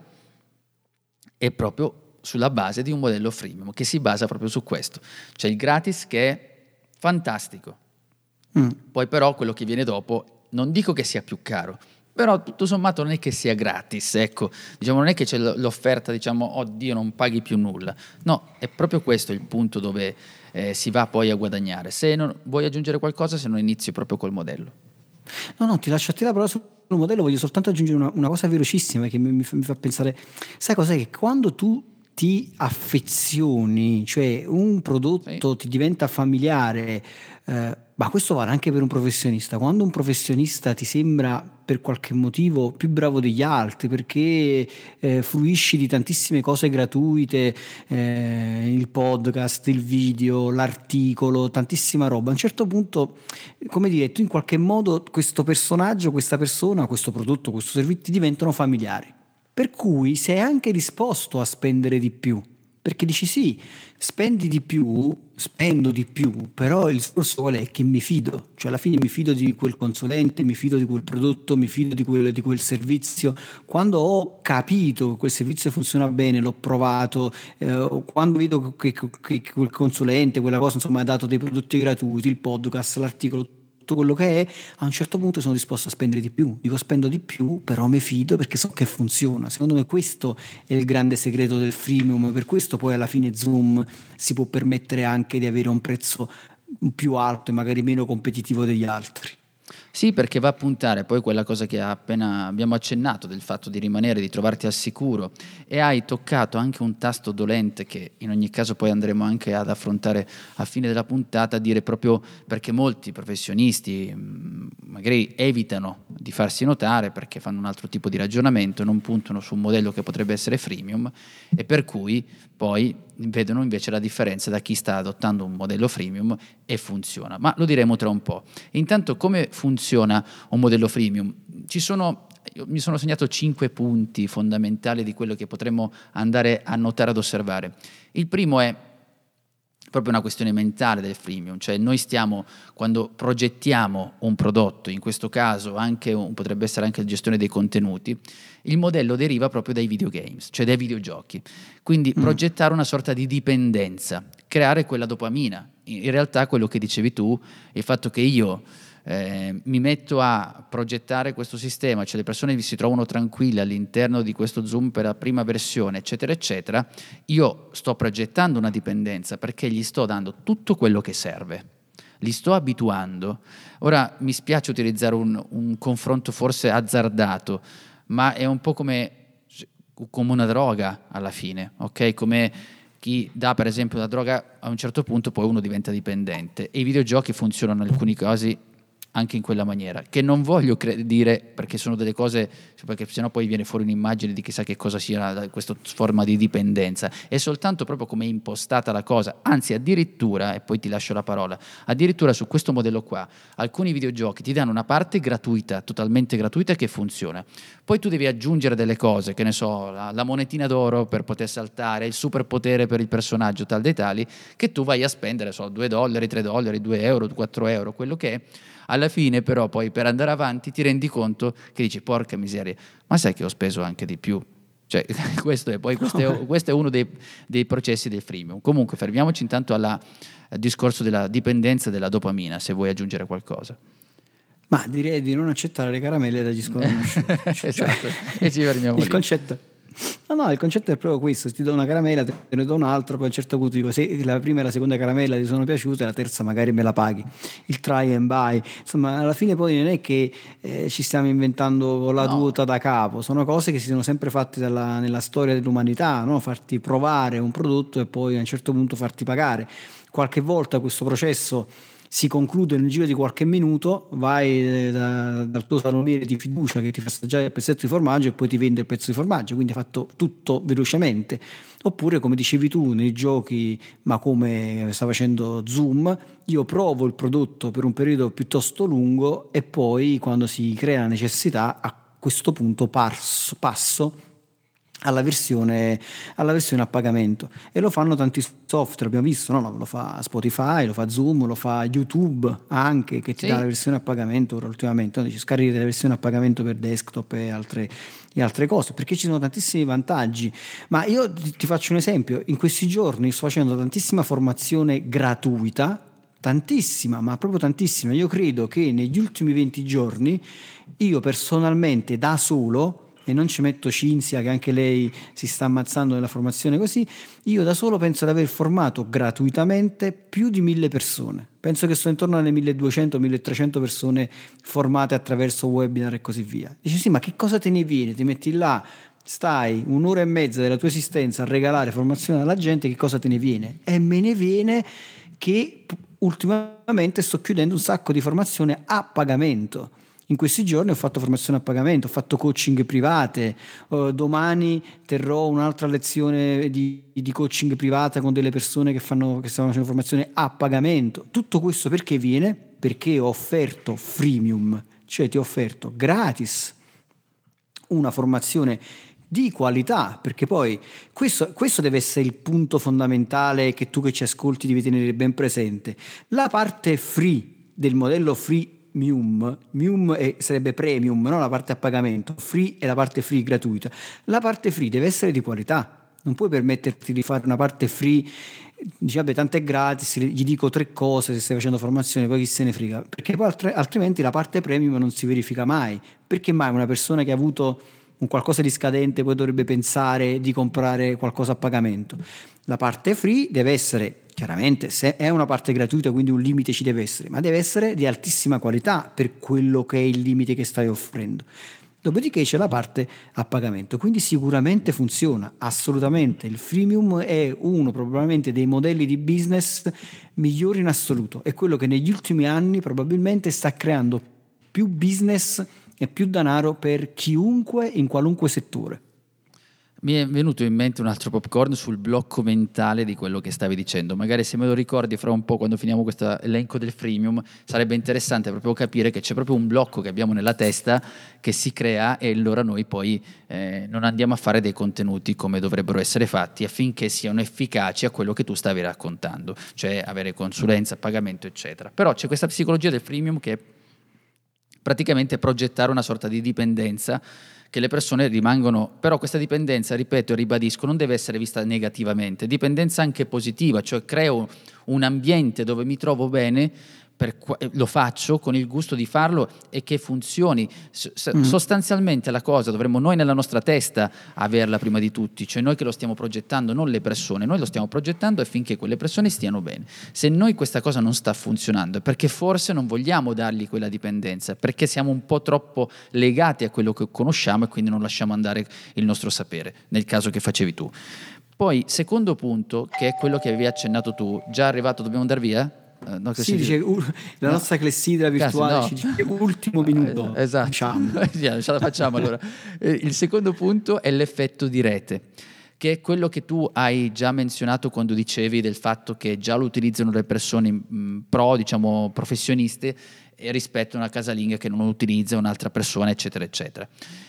Speaker 2: è proprio sulla base di un modello freemium, che si basa proprio su questo. C'è il gratis che è fantastico, mm. poi però quello che viene dopo, non dico che sia più caro, però tutto sommato non è che sia gratis, ecco, diciamo, non è che c'è l'offerta, diciamo, oddio non paghi più nulla, no, è proprio questo il punto dove eh, si va poi a guadagnare. Se non vuoi aggiungere qualcosa, se non inizi proprio col modello.
Speaker 3: No, no, ti lascio a te la parola sul modello, voglio soltanto aggiungere una, una cosa velocissima che mi, mi, fa, mi fa pensare, sai cos'è? Che quando tu ti affezioni, cioè un prodotto sì. ti diventa familiare, eh, ma questo vale anche per un professionista. Quando un professionista ti sembra per qualche motivo più bravo degli altri, perché eh, fruisci di tantissime cose gratuite, eh, il podcast, il video, l'articolo, tantissima roba, a un certo punto, come dire, tu in qualche modo questo personaggio, questa persona, questo prodotto, questo servizio ti diventano familiari. Per cui sei anche disposto a spendere di più, perché dici sì, spendi di più, spendo di più, però il discorso qual è? Che mi fido, cioè alla fine mi fido di quel consulente, mi fido di quel prodotto, mi fido di quel, di quel servizio. Quando ho capito che quel servizio funziona bene, l'ho provato, eh, quando vedo che, che, che quel consulente, quella cosa, insomma, ha dato dei prodotti gratuiti, il podcast, l'articolo, quello che è, a un certo punto sono disposto a spendere di più. Dico spendo di più, però mi fido perché so che funziona. Secondo me questo è il grande segreto del freemium, per questo poi alla fine Zoom si può permettere anche di avere un prezzo più alto e magari meno competitivo degli altri.
Speaker 2: Sì, perché va a puntare poi quella cosa che appena abbiamo accennato, del fatto di rimanere, di trovarti al sicuro, e hai toccato anche un tasto dolente che in ogni caso poi andremo anche ad affrontare a fine della puntata, a dire proprio perché molti professionisti magari evitano di farsi notare perché fanno un altro tipo di ragionamento, non puntano su un modello che potrebbe essere freemium, e per cui poi vedono invece la differenza da chi sta adottando un modello freemium e funziona. Ma lo diremo tra un po'. Intanto, come funziona un modello freemium? Ci sono, io mi sono segnato cinque punti fondamentali di quello che potremmo andare a notare, ad osservare. Il primo è proprio una questione mentale del freemium, cioè noi stiamo, quando progettiamo un prodotto, in questo caso anche un, potrebbe essere anche la gestione dei contenuti, il modello deriva proprio dai videogames, cioè dai videogiochi, quindi mm. progettare una sorta di dipendenza, creare quella dopamina. In realtà quello che dicevi tu, il fatto che io eh, mi metto a progettare questo sistema, cioè le persone si trovano tranquille all'interno di questo Zoom per la prima versione, eccetera eccetera, io sto progettando una dipendenza perché gli sto dando tutto quello che serve, li sto abituando. Ora mi spiace utilizzare un, un confronto forse azzardato, ma è un po' come, come una droga alla fine, ok? Come chi dà per esempio la droga, a un certo punto poi uno diventa dipendente, e i videogiochi funzionano in alcuni casi anche in quella maniera, che non voglio cre- dire perché sono delle cose, perché sennò poi viene fuori un'immagine di chissà che cosa sia questa forma di dipendenza, è soltanto proprio come è impostata la cosa, anzi addirittura, e poi ti lascio la parola, addirittura su questo modello qua, alcuni videogiochi ti danno una parte gratuita, totalmente gratuita, che funziona, poi tu devi aggiungere delle cose, che ne so, la, la monetina d'oro per poter saltare, il superpotere per il personaggio tal dei tali, che tu vai a spendere, so, due dollari, tre dollari, due euro, quattro euro, quello che è. Alla fine però poi per andare avanti ti rendi conto che dici porca miseria, ma sai che ho speso anche di più, cioè questo è poi questo è, questo è uno dei, dei processi del freemium. Comunque fermiamoci intanto alla, al discorso della dipendenza della dopamina, se vuoi aggiungere qualcosa.
Speaker 3: Ma direi di non accettare le caramelle dagli sconosciuti.
Speaker 2: Esatto, e ci fermiamo
Speaker 3: il
Speaker 2: lì.
Speaker 3: concetto No, no, il concetto è proprio questo: ti do una caramella, te ne do un'altra, poi a un certo punto dico se la prima e la seconda caramella ti sono piaciute, la terza magari me la paghi. Il try and buy, insomma, alla fine poi non è che eh, ci stiamo inventando la
Speaker 2: No.
Speaker 3: ruota da capo, sono cose che si sono sempre fatte dalla- nella storia dell'umanità, no? Farti provare un prodotto e poi a un certo punto farti pagare. Qualche volta questo processo si conclude nel giro di qualche minuto, vai eh, da- dal tuo salumiere di fiducia che ti fa assaggiare il pezzetto di formaggio e poi ti vende il pezzo di formaggio, quindi hai fatto tutto velocemente. Oppure, come dicevi tu, nei giochi, ma come sta facendo Zoom, io provo il prodotto per un periodo piuttosto lungo e poi, quando si crea la necessità, a questo punto passo, passo alla versione, alla versione a pagamento, e lo fanno tanti software, abbiamo visto, no? No, lo fa Spotify, lo fa Zoom, lo fa YouTube anche, che ti
Speaker 2: Sì.
Speaker 3: dà la versione a pagamento ora ultimamente, no? Dici, scarichi la versione a pagamento per desktop e altre, e altre cose, perché ci sono tantissimi vantaggi. Ma io ti, ti faccio un esempio: in questi giorni sto facendo tantissima formazione gratuita, tantissima, ma proprio tantissima. Io credo che negli ultimi venti giorni io personalmente da solo, e non ci metto Cinzia che anche lei si sta ammazzando nella formazione così, io da solo penso di aver formato gratuitamente più di mille persone. Penso che sto intorno alle milleduecento milletrecento persone formate attraverso webinar e così via. Dici sì, ma che cosa te ne viene? Ti metti là, stai un'ora e mezza della tua esistenza a regalare formazione alla gente, che cosa te ne viene? E me ne viene che ultimamente sto chiudendo un sacco di formazione a pagamento. In questi giorni ho fatto formazione a pagamento, ho fatto coaching private, uh, domani terrò un'altra lezione di, di coaching privata con delle persone che, fanno, che stanno facendo formazione a pagamento. Tutto questo perché viene? Perché ho offerto freemium, cioè ti ho offerto gratis una formazione di qualità, perché poi questo, questo deve essere il punto fondamentale che tu che ci ascolti devi tenere ben presente. La parte free del modello free Mium, Mium è, sarebbe premium, no? La parte a pagamento, free è la parte free gratuita. La parte free deve essere di qualità, non puoi permetterti di fare una parte free, dici vabbè tanto è gratis, gli dico tre cose se stai facendo formazione, poi chi se ne frega, perché poi altre, altrimenti la parte premium non si verifica mai. Perché mai una persona che ha avuto un qualcosa di scadente poi dovrebbe pensare di comprare qualcosa a pagamento? La parte free deve essere, chiaramente, se è una parte gratuita, quindi un limite ci deve essere, ma deve essere di altissima qualità per quello che è il limite che stai offrendo. Dopodiché c'è la parte a pagamento, quindi sicuramente funziona, assolutamente. Il freemium è uno probabilmente dei modelli di business migliori in assoluto, è quello che negli ultimi anni probabilmente sta creando più business e più denaro per chiunque in qualunque settore.
Speaker 2: Mi è venuto in mente un altro popcorn sul blocco mentale di quello che stavi dicendo. Magari se me lo ricordi fra un po', quando finiamo questo elenco del freemium, sarebbe interessante proprio capire che c'è proprio un blocco che abbiamo nella testa che si crea, e allora noi poi eh, non andiamo a fare dei contenuti come dovrebbero essere fatti affinché siano efficaci a quello che tu stavi raccontando, cioè avere consulenza, pagamento, eccetera. Però c'è questa psicologia del freemium che è praticamente progettare una sorta di dipendenza, che le persone rimangono, però questa dipendenza, ripeto e ribadisco, non deve essere vista negativamente, dipendenza anche positiva, cioè creo un ambiente dove mi trovo bene, per, lo faccio con il gusto di farlo e che funzioni. S- mm. Sostanzialmente la cosa dovremmo noi nella nostra testa averla prima di tutti, cioè noi che lo stiamo progettando, non le persone, noi lo stiamo progettando affinché quelle persone stiano bene. Se noi questa cosa non sta funzionando è perché forse non vogliamo dargli quella dipendenza, perché siamo un po' troppo legati a quello che conosciamo e quindi non lasciamo andare il nostro sapere, nel caso che facevi tu. Poi, secondo punto, che è quello che avevi accennato tu, già arrivato, dobbiamo andare via? eh, no, che
Speaker 3: Sì,
Speaker 2: si
Speaker 3: dice, uh, la
Speaker 2: no.
Speaker 3: nostra clessidra virtuale
Speaker 2: Cazzo,
Speaker 3: ci
Speaker 2: no.
Speaker 3: dice ultimo minuto.
Speaker 2: Eh, esatto.
Speaker 3: Facciamo.
Speaker 2: Yeah, ce la facciamo allora. Eh, Il secondo punto è l'effetto di rete, che è quello che tu hai già menzionato quando dicevi del fatto che già lo utilizzano le persone mh, pro, diciamo professioniste, e rispetto a una casalinga che non utilizza un'altra persona, eccetera, eccetera.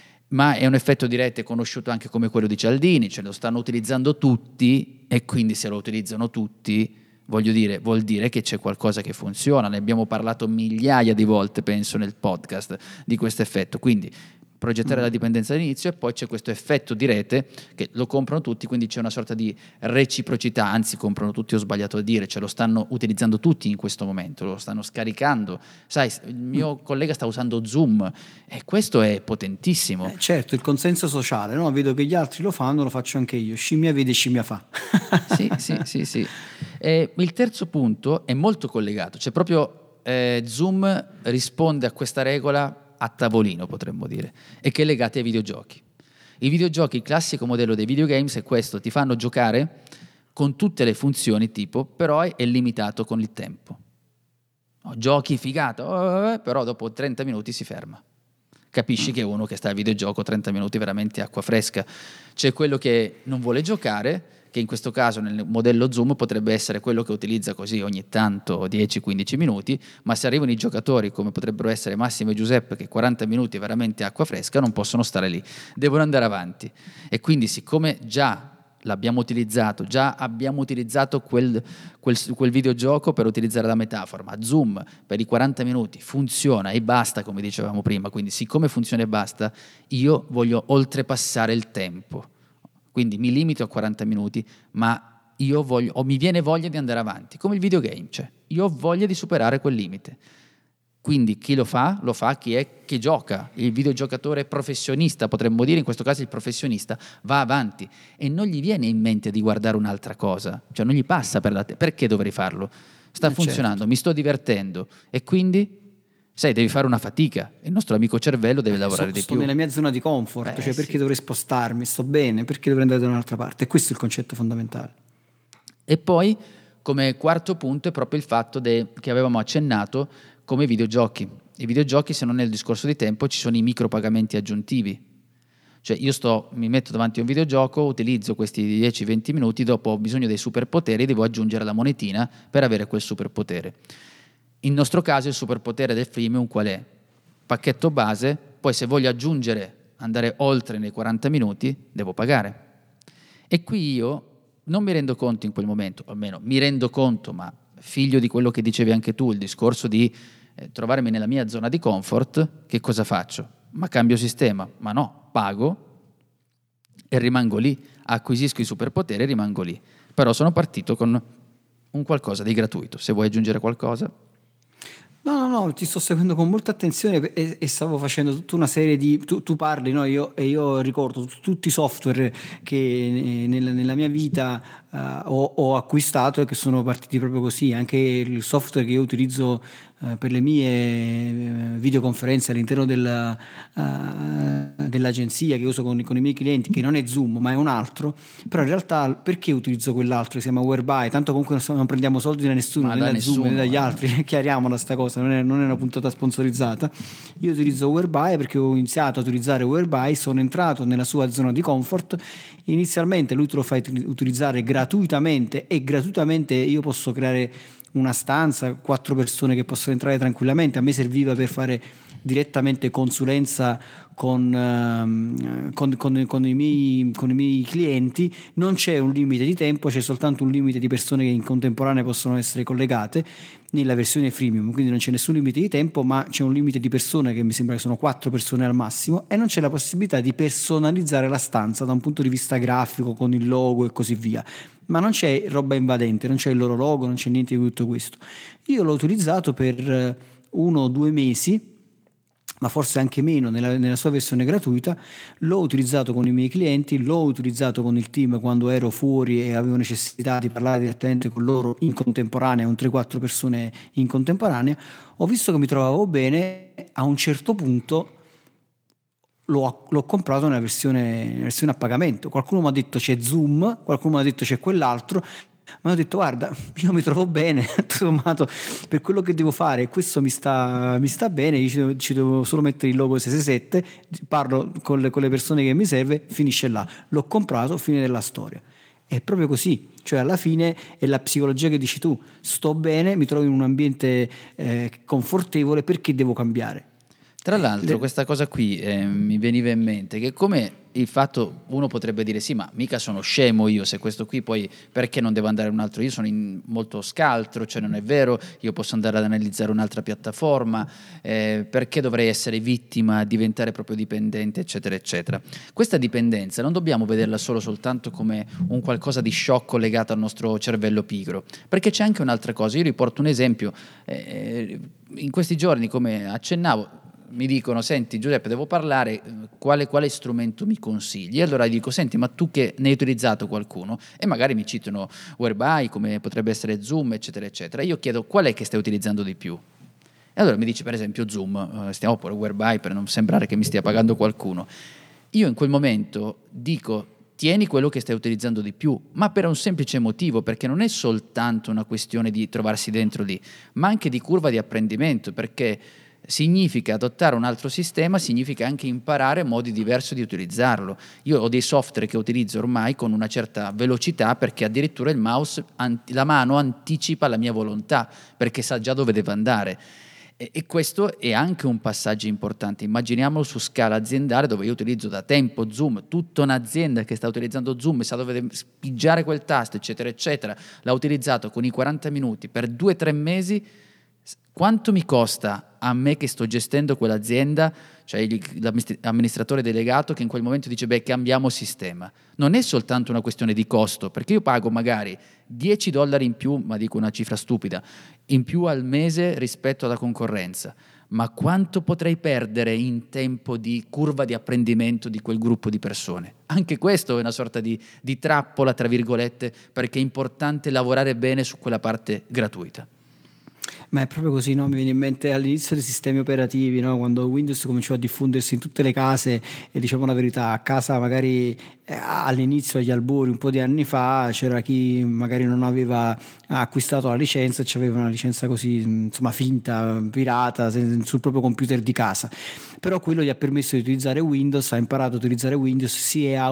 Speaker 2: Ma è un effetto di rete conosciuto anche come quello di Cialdini, cioè lo stanno utilizzando tutti, e quindi se lo utilizzano tutti, voglio dire, vuol dire che c'è qualcosa che funziona. Ne abbiamo parlato migliaia di volte, penso, nel podcast di questo effetto. Quindi progettare la dipendenza all'inizio, e poi c'è questo effetto di rete che lo comprano tutti, quindi c'è una sorta di reciprocità, anzi comprano tutti, ho sbagliato a dire, cioè lo stanno utilizzando tutti in questo momento, lo stanno scaricando. Sai, il mio collega sta usando Zoom e questo è potentissimo.
Speaker 3: Eh, certo, il consenso sociale, no? Vedo che gli altri lo fanno, lo faccio anche io. Scimmia vede, scimmia fa.
Speaker 2: Sì, sì, sì, sì. E il terzo punto è molto collegato, cioè proprio eh, Zoom risponde a questa regola a tavolino, potremmo dire, e che è legata ai videogiochi. I videogiochi, il classico modello dei videogames è questo: ti fanno giocare con tutte le funzioni, tipo, però è limitato con il tempo. No, giochi figata, però dopo trenta minuti si ferma. Capisci che uno che sta al videogioco trenta minuti veramente acqua fresca. C'è quello che non vuole giocare, che in questo caso nel modello Zoom potrebbe essere quello che utilizza così ogni tanto dieci quindici minuti, ma se arrivano i giocatori come potrebbero essere Massimo e Giuseppe, che quaranta minuti è veramente acqua fresca, non possono stare lì, devono andare avanti. E quindi, siccome già l'abbiamo utilizzato, già abbiamo utilizzato quel, quel, quel videogioco per utilizzare la metafora, ma Zoom per i quaranta minuti funziona e basta, come dicevamo prima, quindi siccome funziona e basta, io voglio oltrepassare il tempo. Quindi mi limito a quaranta minuti, ma io voglio, o mi viene voglia di andare avanti, come il videogame, cioè io ho voglia di superare quel limite. Quindi chi lo fa? Lo fa chi è che gioca, il videogiocatore professionista, potremmo dire, in questo caso il professionista va avanti e non gli viene in mente di guardare un'altra cosa, cioè non gli passa per la testa, perché dovrei farlo? Sta
Speaker 3: Eh,
Speaker 2: funzionando,
Speaker 3: certo.
Speaker 2: mi sto divertendo, e quindi, sai, devi fare una fatica, il nostro amico cervello deve lavorare
Speaker 3: So-
Speaker 2: di
Speaker 3: sto
Speaker 2: più.
Speaker 3: nella mia zona di comfort,
Speaker 2: Eh,
Speaker 3: cioè perché
Speaker 2: sì.
Speaker 3: dovrei spostarmi? Sto bene, perché dovrei andare da un'altra parte? E questo è il concetto fondamentale.
Speaker 2: E poi, come quarto punto, è proprio il fatto de- che avevamo accennato come videogiochi. I videogiochi, se non nel discorso di tempo, ci sono i micropagamenti aggiuntivi. Cioè io sto, mi metto davanti a un videogioco, utilizzo questi dieci venti minuti, dopo ho bisogno dei superpoteri, devo aggiungere la monetina per avere quel superpotere. In nostro caso il superpotere del freemium qual è? Pacchetto base, poi se voglio aggiungere, andare oltre nei quaranta minuti, devo pagare. E qui io non mi rendo conto in quel momento, o almeno mi rendo conto, ma figlio di quello che dicevi anche tu, il discorso di eh, trovarmi nella mia zona di comfort, che cosa faccio? Ma cambio sistema? Ma no, pago e rimango lì, acquisisco i superpoteri e rimango lì. Però sono partito con un qualcosa di gratuito. Se vuoi aggiungere qualcosa...
Speaker 3: No, no, no, ti sto seguendo con molta attenzione e, e stavo facendo tutta una serie di... Tu, tu parli, no? Io, e io ricordo t- tutti i software che eh, nella, nella mia vita eh, ho, ho acquistato e che sono partiti proprio così. Anche il software che io utilizzo eh, per le mie eh, videoconferenze all'interno della, eh, dell'agenzia che uso con, con i miei clienti, che non è Zoom ma è un altro, però in realtà perché utilizzo quell'altro che si chiama Whereby? Tanto comunque non, so- non prendiamo soldi da nessuno,
Speaker 2: Ma
Speaker 3: né
Speaker 2: da
Speaker 3: da Zoom né
Speaker 2: nessuno,
Speaker 3: dagli
Speaker 2: eh.
Speaker 3: altri, chiariamola sta cosa, non è, non è una puntata sponsorizzata. Io utilizzo Whereby perché ho iniziato a utilizzare Whereby, sono entrato nella sua zona di comfort. Inizialmente lui te lo fa utilizzare gratuitamente e gratuitamente io posso creare una stanza, quattro persone che possono entrare tranquillamente. A me serviva per fare direttamente consulenza con, ehm, con, con, con, i miei, con i miei clienti. Non c'è un limite di tempo, c'è soltanto un limite di persone che in contemporanea possono essere collegate nella versione freemium, quindi non c'è nessun limite di tempo, ma c'è un limite di persone che mi sembra che sono quattro persone al massimo, e non c'è la possibilità di personalizzare la stanza da un punto di vista grafico con il logo e così via. Ma non c'è roba invadente, non c'è il loro logo, non c'è niente di tutto questo. Io l'ho utilizzato per uno o due mesi, ma forse anche meno nella, nella sua versione gratuita. L'ho utilizzato con i miei clienti, l'ho utilizzato con il team quando ero fuori e avevo necessità di parlare direttamente con loro in contemporanea, un tre quattro persone in contemporanea. Ho visto che mi trovavo bene, a un certo punto l'ho, l'ho comprato nella versione, nella versione a pagamento. Qualcuno mi ha detto c'è Zoom, qualcuno mi ha detto c'è quell'altro, Ma ho detto guarda, io mi trovo bene, tutto sommato, per quello che devo fare, questo mi sta, mi sta bene, io ci devo, ci devo solo mettere il logo sei sei sette, parlo con le, con le persone che mi serve, finisce là, l'ho comprato, fine della storia. È proprio così, cioè alla fine è la psicologia che dici tu, sto bene, mi trovo in un ambiente eh, confortevole, perché devo cambiare?
Speaker 2: Tra l'altro
Speaker 3: Le-
Speaker 2: questa cosa qui eh, mi veniva in mente che come il fatto, uno potrebbe dire sì ma mica sono scemo io se questo qui poi perché non devo andare a un altro, io sono in molto scaltro, cioè non è vero, io posso andare ad analizzare un'altra piattaforma, eh, perché dovrei essere vittima, diventare proprio dipendente eccetera eccetera. Questa dipendenza non dobbiamo vederla solo soltanto come un qualcosa di sciocco legato al nostro cervello pigro, perché c'è anche un'altra cosa, io riporto un esempio, eh, in questi giorni come accennavo mi dicono senti Giuseppe devo parlare, quale, quale strumento mi consigli? E allora dico senti ma tu che ne hai utilizzato qualcuno? E magari mi citano Whereby come potrebbe essere Zoom eccetera eccetera, io chiedo qual è che stai utilizzando di più? E allora mi dice per esempio Zoom, eh, stiamo pure Whereby per non sembrare che mi stia pagando qualcuno. Io in quel momento dico tieni quello che stai utilizzando di più, ma per un semplice motivo, perché non è soltanto una questione di trovarsi dentro lì, ma anche di curva di apprendimento, perché significa adottare un altro sistema, significa anche imparare modi diversi di utilizzarlo. Io ho dei software che utilizzo ormai con una certa velocità perché addirittura il mouse, la mano anticipa la mia volontà perché sa già dove deve andare. E, e questo è anche un passaggio importante. Immaginiamolo su scala aziendale dove io utilizzo da tempo Zoom, tutta un'azienda che sta utilizzando Zoom sa dove deve spingiare quel tasto eccetera eccetera, l'ha utilizzato con i quaranta minuti per due o tre mesi. Quanto mi costa a me che sto gestendo quell'azienda, cioè l'amministratore delegato che in quel momento dice beh cambiamo sistema? Non è soltanto una questione di costo, perché io pago magari dieci dollari in più, ma dico una cifra stupida, in più al mese rispetto alla concorrenza, ma quanto potrei perdere in tempo di curva di apprendimento di quel gruppo di persone? Anche questo è una sorta di, di trappola, tra virgolette, perché è importante lavorare bene su quella parte gratuita.
Speaker 3: Ma è proprio così, no? Mi viene in mente all'inizio dei sistemi operativi, no? Quando Windows cominciò a diffondersi in tutte le case, e diciamo la verità, a casa magari eh, all'inizio, agli albori, un po' di anni fa, c'era chi magari non aveva acquistato la licenza e c'aveva una licenza così, insomma, finta, pirata, sul proprio computer di casa. Però quello gli ha permesso di utilizzare Windows, ha imparato a utilizzare Windows, si è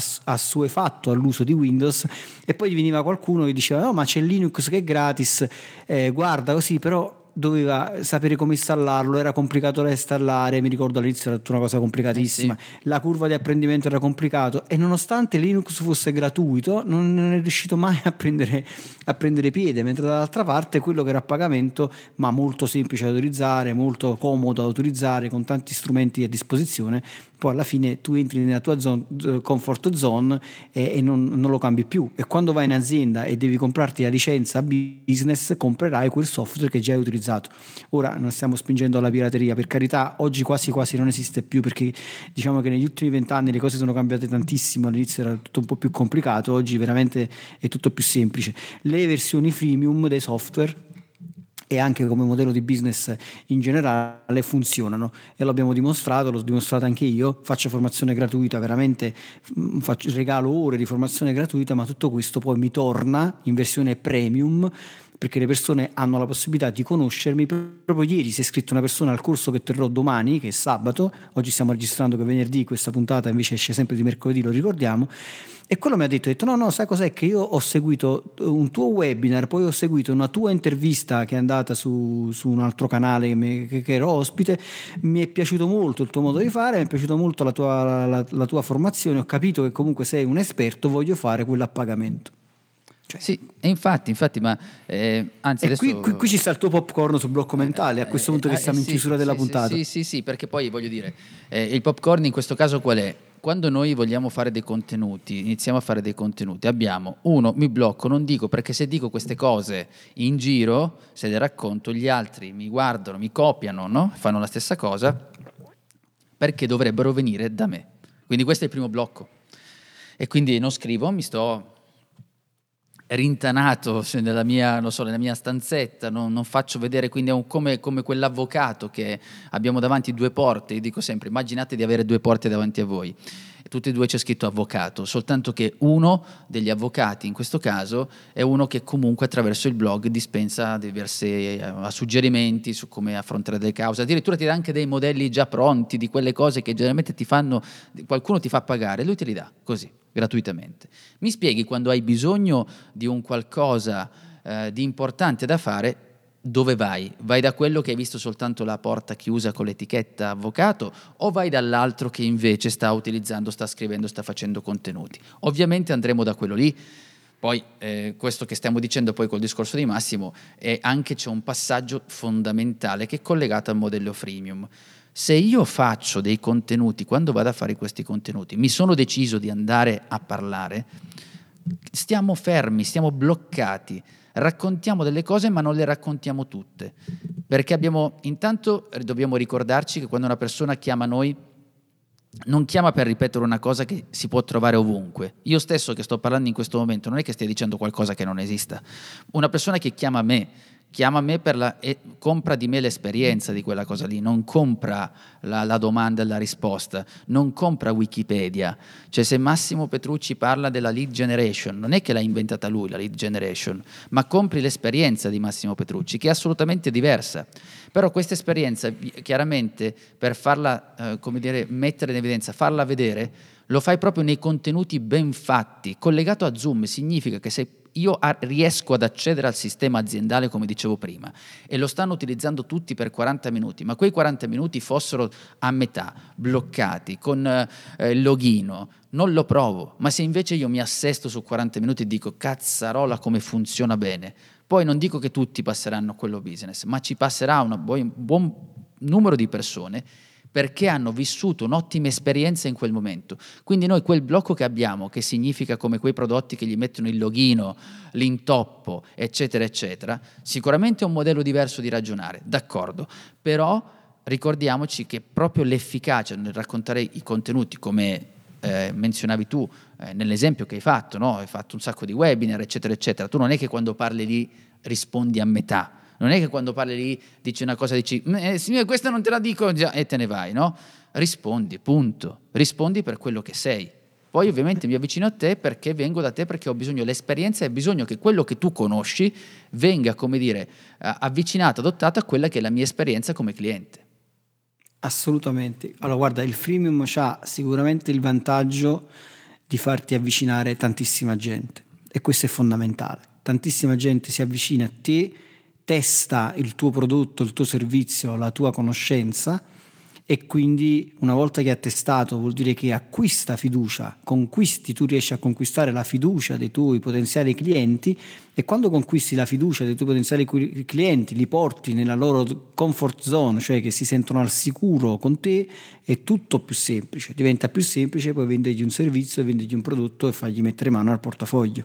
Speaker 3: assuefatto all'uso di Windows, e poi gli veniva qualcuno che diceva no ma c'è Linux che è gratis, eh, guarda così, però doveva sapere come installarlo, era complicato da installare, mi ricordo all'inizio era tutta una cosa complicatissima,
Speaker 2: Eh sì.
Speaker 3: la curva di apprendimento era complicato, e nonostante Linux fosse gratuito non è riuscito mai a prendere, a prendere piede, mentre dall'altra parte quello che era a pagamento ma molto semplice da utilizzare, molto comodo da utilizzare, con tanti strumenti a disposizione, poi alla fine tu entri nella tua zone, comfort zone e, e non, non lo cambi più, e quando vai in azienda e devi comprarti la licenza business comprerai quel software che già hai utilizzato. Ora non stiamo spingendo alla pirateria, per carità, oggi quasi quasi non esiste più, perché diciamo che negli ultimi vent'anni le cose sono cambiate tantissimo, all'inizio era tutto un po' più complicato, oggi veramente è tutto più semplice. Le versioni freemium dei software e anche come modello di business in generale funzionano, e lo abbiamo dimostrato, l'ho dimostrato anche io, faccio formazione gratuita, veramente faccio, regalo ore di formazione gratuita, ma tutto questo poi mi torna in versione premium, perché le persone hanno la possibilità di conoscermi. Proprio ieri si è iscritta una persona al corso che terrò domani, che è sabato, oggi stiamo registrando che è venerdì, questa puntata invece esce sempre di mercoledì, lo ricordiamo, e quello mi ha detto, ha detto no no sai cos'è, che io ho seguito un tuo webinar, poi ho seguito una tua intervista che è andata su, su un altro canale che, mi, che, che ero ospite, mi è piaciuto molto il tuo modo di fare, mi è piaciuta molto la tua, la, la tua formazione, ho capito che comunque sei un esperto, voglio fare quello a pagamento. Cioè,
Speaker 2: sì, e infatti, infatti, ma eh, anzi
Speaker 3: e
Speaker 2: adesso...
Speaker 3: qui, qui, qui ci sta il tuo popcorn sul blocco mentale, a questo punto che
Speaker 2: Eh,
Speaker 3: siamo
Speaker 2: eh,
Speaker 3: in
Speaker 2: sì,
Speaker 3: chiusura della
Speaker 2: sì,
Speaker 3: puntata.
Speaker 2: Sì, sì, sì, perché poi voglio dire, eh, il popcorn in questo caso qual è? Quando noi vogliamo fare dei contenuti, iniziamo a fare dei contenuti, abbiamo, uno, mi blocco, non dico, perché se dico queste cose in giro, se le racconto, gli altri mi guardano, mi copiano, no? Fanno la stessa cosa, perché dovrebbero venire da me. Quindi questo è il primo blocco. E quindi non scrivo, mi sto rintanato nella mia, non so, nella mia stanzetta, non, non faccio vedere, quindi è un, come, come quell'avvocato che abbiamo davanti due porte. Io dico sempre, immaginate di avere due porte davanti a voi tutti e due c'è scritto avvocato, soltanto che uno degli avvocati in questo caso è uno che comunque attraverso il blog dispensa diversi eh, suggerimenti su come affrontare delle cause, addirittura ti dà anche dei modelli già pronti di quelle cose che generalmente ti fanno, qualcuno ti fa pagare, lui te li dà così, gratuitamente. Mi spieghi quando hai bisogno di un qualcosa eh, di importante da fare, dove vai? Vai da quello che hai visto soltanto la porta chiusa con l'etichetta avvocato o vai dall'altro che invece sta utilizzando, sta scrivendo, sta facendo contenuti? Ovviamente andremo da quello lì. Poi eh, questo che stiamo dicendo poi col discorso di Massimo è anche c'è un passaggio fondamentale che è collegato al modello freemium. Se io faccio dei contenuti, quando vado a fare questi contenuti, mi sono deciso di andare a parlare, stiamo fermi, stiamo bloccati. Raccontiamo delle cose ma non le raccontiamo tutte, perché abbiamo, intanto dobbiamo ricordarci che quando una persona chiama noi non chiama per ripetere una cosa che si può trovare ovunque. Io stesso che sto parlando in questo momento non è che stia dicendo qualcosa che non esista. Una persona che chiama me chiama me per la, e compra di me l'esperienza di quella cosa lì, non compra la, la domanda e la risposta, non compra Wikipedia. Cioè se Massimo Petrucci parla della lead generation, non è che l'ha inventata lui la lead generation, ma compri l'esperienza di Massimo Petrucci, che è assolutamente diversa. Però questa esperienza, chiaramente, per farla, eh, come dire, mettere in evidenza, farla vedere, lo fai proprio nei contenuti ben fatti. Collegato a Zoom significa che se io riesco ad accedere al sistema aziendale, come dicevo prima, e lo stanno utilizzando tutti per quaranta minuti, ma quei quaranta minuti fossero a metà, bloccati, con eh, il loghino, non lo provo. Ma se invece io mi assesto su quaranta minuti e dico cazzarola come funziona bene, poi non dico che tutti passeranno a quello business, ma ci passerà un buon numero di persone perché hanno vissuto un'ottima esperienza in quel momento. Quindi noi quel blocco che abbiamo, che significa come quei prodotti che gli mettono il loghino, l'intoppo, eccetera, eccetera, sicuramente è un modello diverso di ragionare, d'accordo, però ricordiamoci che proprio l'efficacia nel raccontare i contenuti, come eh, menzionavi tu eh, nell'esempio che hai fatto, no? Hai fatto un sacco di webinar, eccetera, eccetera, tu non è che quando parli lì rispondi a metà, non è che quando parli lì dici una cosa, dici eh, signore, questa non te la dico già, e te ne vai, no? Rispondi, punto. Rispondi per quello che sei. Poi ovviamente mi avvicino a te perché vengo da te, perché ho bisogno dell'esperienza e ho bisogno che quello che tu conosci venga, come dire, avvicinato, adottato a quella che è la mia esperienza come cliente.
Speaker 3: Assolutamente. Allora guarda, il freemium ha sicuramente il vantaggio di farti avvicinare tantissima gente e questo è fondamentale. Tantissima gente si avvicina a te, testa il tuo prodotto, il tuo servizio, la tua conoscenza e quindi una volta che ha testato vuol dire che acquista fiducia, conquisti, tu riesci a conquistare la fiducia dei tuoi potenziali clienti e quando conquisti la fiducia dei tuoi potenziali clienti li porti nella loro comfort zone, cioè che si sentono al sicuro con te, è tutto più semplice, diventa più semplice poi vendergli un servizio, vendergli un prodotto e fargli mettere mano al portafoglio.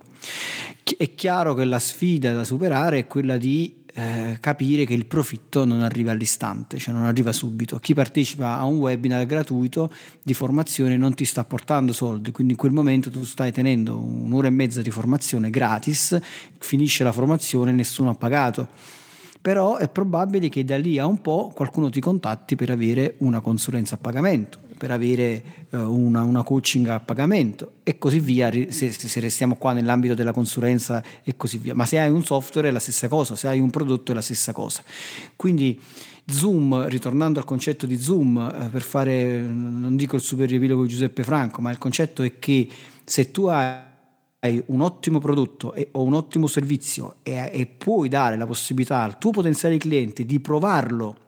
Speaker 3: È chiaro che la sfida da superare è quella di Eh, capire che il profitto non arriva all'istante, cioè non arriva subito. Chi partecipa a un webinar gratuito di formazione non ti sta portando soldi, quindi in quel momento tu stai tenendo un'ora e mezza di formazione gratis, finisce la formazione e nessuno ha pagato. Però è probabile che da lì a un po' qualcuno ti contatti per avere una consulenza a pagamento, per avere uh, una, una coaching a pagamento e così via, se, se restiamo qua nell'ambito della consulenza e così via. Ma se hai un software è la stessa cosa, se hai un prodotto è la stessa cosa. Quindi Zoom, ritornando al concetto di Zoom, eh, per fare, non dico il super riepilogo di Giuseppe Franco, ma il concetto è che se tu hai hai un ottimo prodotto e, o un ottimo servizio e, e puoi dare la possibilità al tuo potenziale cliente di provarlo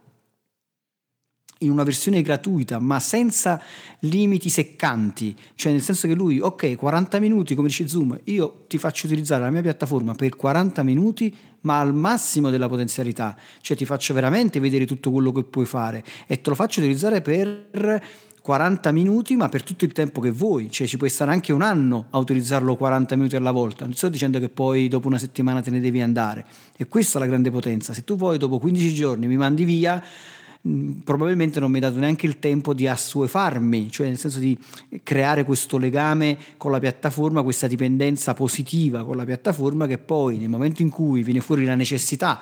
Speaker 3: in una versione gratuita ma senza limiti seccanti, cioè nel senso che lui, ok, quaranta minuti come dice Zoom, io ti faccio utilizzare la mia piattaforma per quaranta minuti ma al massimo della potenzialità, cioè ti faccio veramente vedere tutto quello che puoi fare e te lo faccio utilizzare per quaranta minuti ma per tutto il tempo che vuoi, cioè ci puoi stare anche un anno a utilizzarlo quaranta minuti alla volta, non sto dicendo che poi dopo una settimana te ne devi andare, e questa è la grande potenza. Se tu poi dopo quindici giorni mi mandi via, mh, probabilmente non mi hai dato neanche il tempo di assuefarmi, cioè nel senso di creare questo legame con la piattaforma, questa dipendenza positiva con la piattaforma, che poi nel momento in cui viene fuori la necessità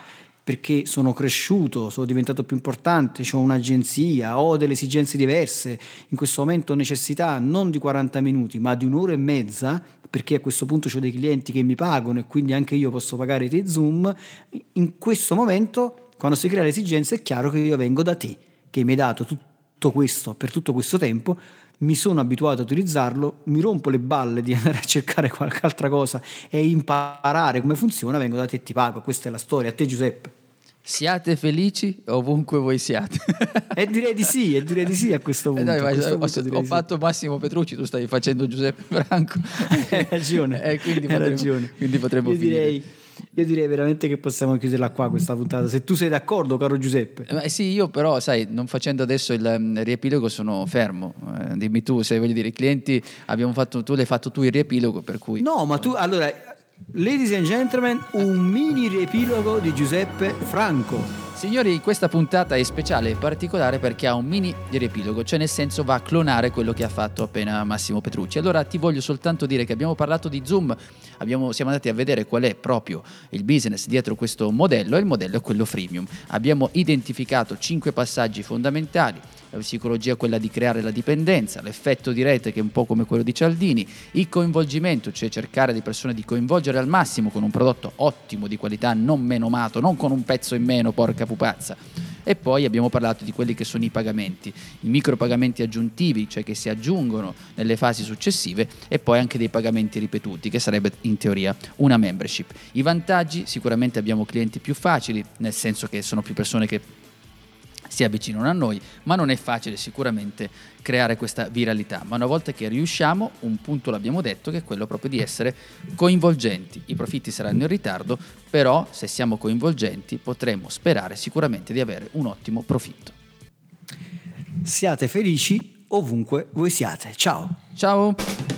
Speaker 3: perché sono cresciuto, sono diventato più importante, ho un'agenzia, ho delle esigenze diverse, in questo momento ho necessità non di quaranta minuti ma di un'ora e mezza, perché a questo punto ho dei clienti che mi pagano e quindi anche io posso pagare te Zoom. In questo momento, quando si crea l'esigenza, è chiaro che io vengo da te, che mi hai dato tutto questo per tutto questo tempo, mi sono abituato a utilizzarlo, mi rompo le balle di andare a cercare qualche altra cosa e imparare come funziona, vengo da te e ti pago. Questa è la storia. A te Giuseppe.
Speaker 2: Siate felici ovunque voi siate.
Speaker 3: E direi di sì, e direi di sì a questo punto.
Speaker 2: Eh dai,
Speaker 3: a
Speaker 2: vai,
Speaker 3: questo
Speaker 2: ho,
Speaker 3: punto
Speaker 2: ho
Speaker 3: direi
Speaker 2: fatto
Speaker 3: sì.
Speaker 2: Massimo Petrucci, tu stai facendo Giuseppe Franco.
Speaker 3: Hai ragione,
Speaker 2: Eh, quindi
Speaker 3: hai
Speaker 2: potremo,
Speaker 3: ragione.
Speaker 2: quindi potremmo
Speaker 3: io
Speaker 2: finire.
Speaker 3: direi, io direi veramente che possiamo chiuderla qua questa puntata, se tu sei d'accordo, caro Giuseppe.
Speaker 2: Eh, sì, io però, sai, non facendo adesso il um, riepilogo sono fermo. Eh, dimmi tu, se voglio dire, i clienti abbiamo fatto, tu l'hai fatto tu il riepilogo, per cui...
Speaker 3: No, ma tu, allora, ladies and gentlemen, un mini riepilogo di Giuseppe Franco.
Speaker 2: Signori, questa puntata è speciale e particolare perché ha un mini riepilogo, cioè nel senso va a clonare quello che ha fatto appena Massimo Petrucci. Allora ti voglio soltanto dire che abbiamo parlato di Zoom, abbiamo, siamo andati a vedere qual è proprio il business dietro questo modello e il modello è quello freemium. Abbiamo identificato cinque passaggi fondamentali: la psicologia, quella di creare la dipendenza, l'effetto di rete che è un po' come quello di Cialdini, il coinvolgimento, cioè cercare di persone di coinvolgere al massimo con un prodotto ottimo di qualità, non menomato, non con un pezzo in meno, porca pupazza. E poi abbiamo parlato di quelli che sono i pagamenti, i micropagamenti aggiuntivi, cioè che si aggiungono nelle fasi successive, e poi anche dei pagamenti ripetuti, che sarebbe in teoria una membership. I vantaggi: sicuramente abbiamo clienti più facili, nel senso che sono più persone che si avvicinano a noi, ma non è facile sicuramente creare questa viralità. Ma una volta che riusciamo, un punto l'abbiamo detto, che è quello proprio di essere coinvolgenti. I profitti saranno in ritardo, però se siamo coinvolgenti potremo sperare sicuramente di avere un ottimo profitto.
Speaker 3: Siate felici ovunque voi siate. Ciao.
Speaker 2: Ciao!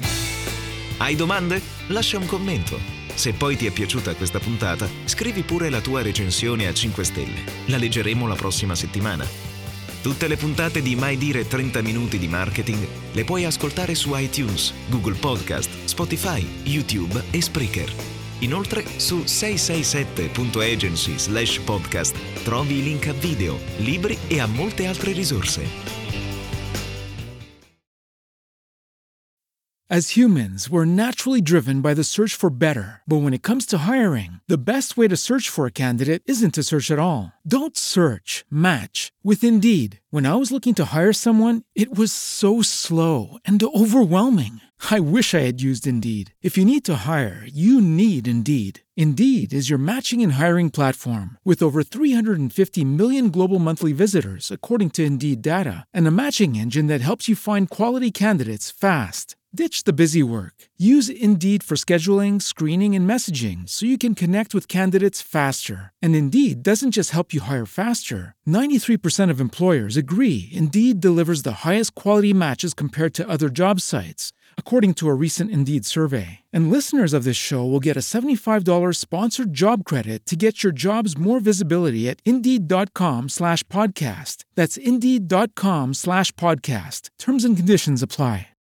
Speaker 4: Hai domande? Lascia un commento. Se poi ti è piaciuta questa puntata, scrivi pure la tua recensione a cinque stelle. La leggeremo la prossima settimana. Tutte le puntate di Mai Dire trenta minuti di marketing le puoi ascoltare su iTunes, Google Podcast, Spotify, YouTube e Spreaker. Inoltre su sei sei sette punto agency slash podcast trovi i link a video, libri e a molte altre risorse.
Speaker 5: As humans, we're naturally driven by the search for better. But when it comes to hiring, the best way to search for a candidate isn't to search at all. Don't search, match with Indeed. When I was looking to hire someone, it was so slow and overwhelming. I wish I had used Indeed. If you need to hire, you need Indeed. Indeed is your matching and hiring platform with over three hundred fifty million global monthly visitors, according to Indeed data, and a matching engine that helps you find quality candidates fast. Ditch the busy work. Use Indeed for scheduling, screening, and messaging so you can connect with candidates faster. And Indeed doesn't just help you hire faster. ninety-three percent of employers agree Indeed delivers the highest quality matches compared to other job sites, according to a recent Indeed survey. And listeners of this show will get a seventy-five dollars sponsored job credit to get your jobs more visibility at Indeed.com slash podcast. That's Indeed.com slash podcast. Terms and conditions apply.